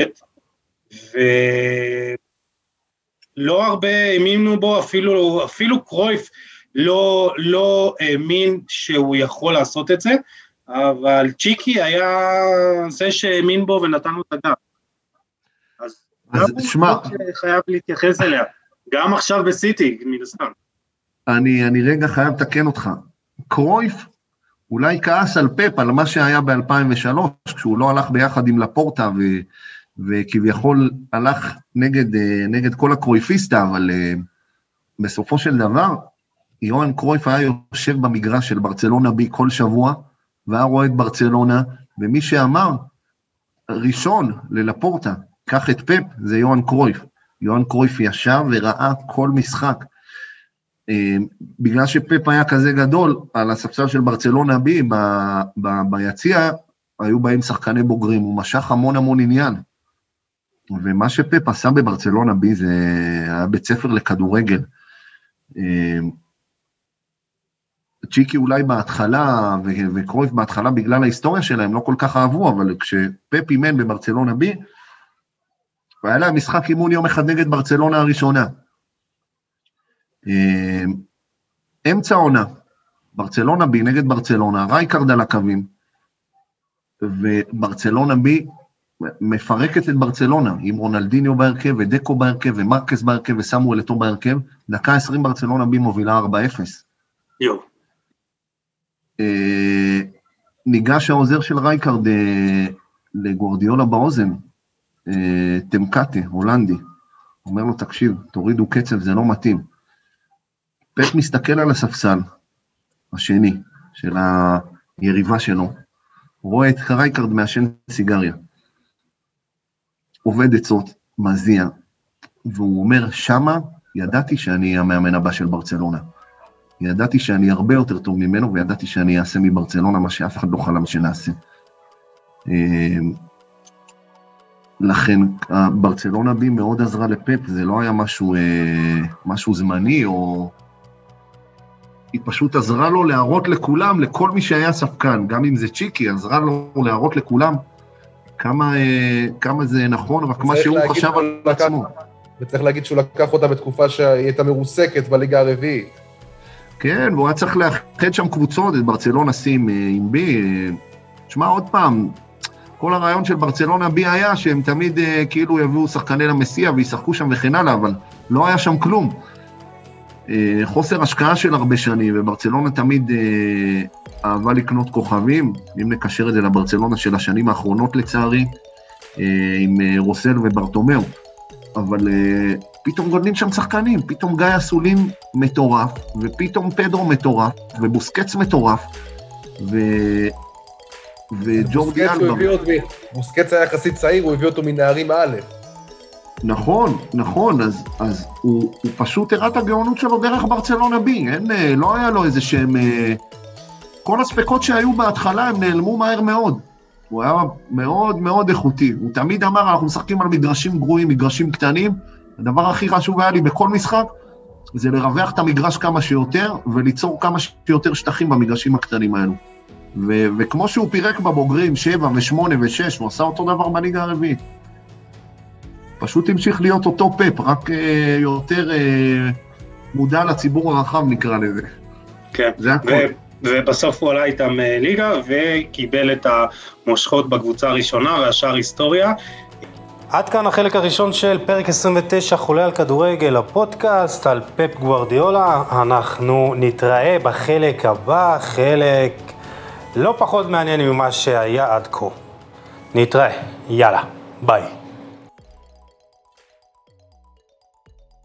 Speaker 1: ולא הרבה האמינו בו, אפילו, אפילו קרויף לא, לא האמין שהוא יכול לעשות את זה, אבל צ'יקי היה זה שהאמין בו ונתן לו את הגב. אז, אז שמה, חייב להתייחס אליה, גם עכשיו בסיטי, מן הסתם.
Speaker 2: אני, אני רגע חייב לתקן אותך. קרויף אולי כעס על פפ, על מה שהיה ב-אלפיים ושלוש, כשהוא לא הלך ביחד עם לפורטה, ו, וכביכול הלך נגד, נגד כל הקרויפיסטה, אבל בסופו של דבר, יוהאן קרויף היה יושב במגרש של ברצלונה בי כל שבוע, והיה רואה את ברצלונה, ומי שאמר, ראשון ללפורטה, קח את פפ, זה יוהאן קרויף. יוהאן קרויף ישב וראה כל משחק. בגלל שפפ היה כזה גדול, על הספסל של ברצלונה בי, ב, ב, ביציע, היו בהם שחקני בוגרים, הוא משך המון המון עניין. ומה שפפ עשה בברצלונה בי, זה היה בית ספר לכדורגל. צ'יקי אולי בהתחלה, וקרויף בהתחלה בגלל ההיסטוריה שלהם, לא כל כך אהבו, אבל כשפפ אימן בברצלונה בי, והיה לה משחק אימון יום אחד נגד ברצלונה הראשונה. אמצע עונה, ברצלונה בי נגד ברצלונה, רייקרד על הקווים, וברצלונה בי מפרקת את ברצלונה, עם רונלדיניו בהרכב, ודקו בהרכב, ומרקס בהרכב, וסמואל אתו בהרכב, דקה עשרים ברצלונה בי מובילה ארבע אפס.
Speaker 1: יו.
Speaker 2: ניגש העוזר של רייקרד לגוארדיולה באוזן, טמקטה, הולנדי, אומר לו, תקשיב, תורידו קצב, זה לא מתאים. פפ מסתכל על הספסל השני של היריבה שלו, רואה את רייקרד מעשן סיגריה, עובד עצות, מזיע, והוא אומר, שמה ידעתי שאני המאמן הבא של ברצלונה. ידעתי שאני הרבה יותר טוב ממנו, וידעתי שאני אעשה מברצלונה מה שאף אחד לא חלם שנעשה. לכן, ברצלונה בי מאוד עזרה לפפ, זה לא היה משהו, משהו זמני, או... היא פשוט עזרה לו להראות לכולם, לכל מי שהיה ספקן, גם אם זה צ'יקי, עזרה לו להראות לכולם, כמה, כמה זה נכון, רק מה שהוא חשב על עצמו.
Speaker 3: וצריך להגיד שהוא לקח אותה בתקופה שהיא הייתה מרוסקת בליגה הרביעית.
Speaker 2: כן, והוא היה צריך לאחד שם קבוצות, את ברצלונה שים עם בי, תשמע עוד פעם, כל הרעיון של ברצלונה בי היה שהם תמיד כאילו יביאו שחקני למסיע וישחקו שם וכן הלאה, אבל לא היה שם כלום. חוסר השקעה של הרבה שנים, וברצלונה תמיד אהבה לקנות כוכבים, אם נקשר את זה לברצלונה של השנים האחרונות לצערי, עם רוסל וברטומאו, אבל פתאום גודלים שם שחקנים, פתאום גיא אסולין מטורף, ופתאום פדרו מטורף, ובוסקץ מטורף, ו... וג'ורדי אלבה.
Speaker 3: בוסקץ היה יחסית צעיר, הוא הביא אותו מנערים א'.
Speaker 2: נכון, נכון, אז, אז הוא, הוא פשוט הראה את הגאונות שלו דרך ברצלונה בי, אין, לא היה לו איזה שהם, כל הספקות שהיו בהתחלה הם נעלמו מהר מאוד, הוא היה מאוד מאוד איכותי, הוא תמיד אמר, אנחנו משחקים על מגרשים גרועים, מגרשים קטנים, הדבר הכי חשוב היה לי בכל משחק, זה לרווח את המגרש כמה שיותר, וליצור כמה שיותר שטחים במגרשים הקטנים האלו. ו- וכמו שהוא פירק בבוגרים, שבע ושמונה ושש, הוא עשה אותו דבר בליגה הרביעית. פשוט המשיך להיות אותו פפ, רק אה, יותר אה, מודע לציבור הרחב נקרא לזה.
Speaker 1: כן,
Speaker 2: זה הכל.
Speaker 1: ו- ובסוף הוא עלה איתם ליגה, וקיבל את המושכות בקבוצה הראשונה, והשאר היסטוריה. עד כאן החלק הראשון של פרק עשרים ותשע חולה על כדורגל, הפודקאסט על פפ גוארדיולה. אנחנו נתראה בחלק הבא, חלק לא פחות מעניין ממה שהיה עד כה. נתראה, יאללה, ביי.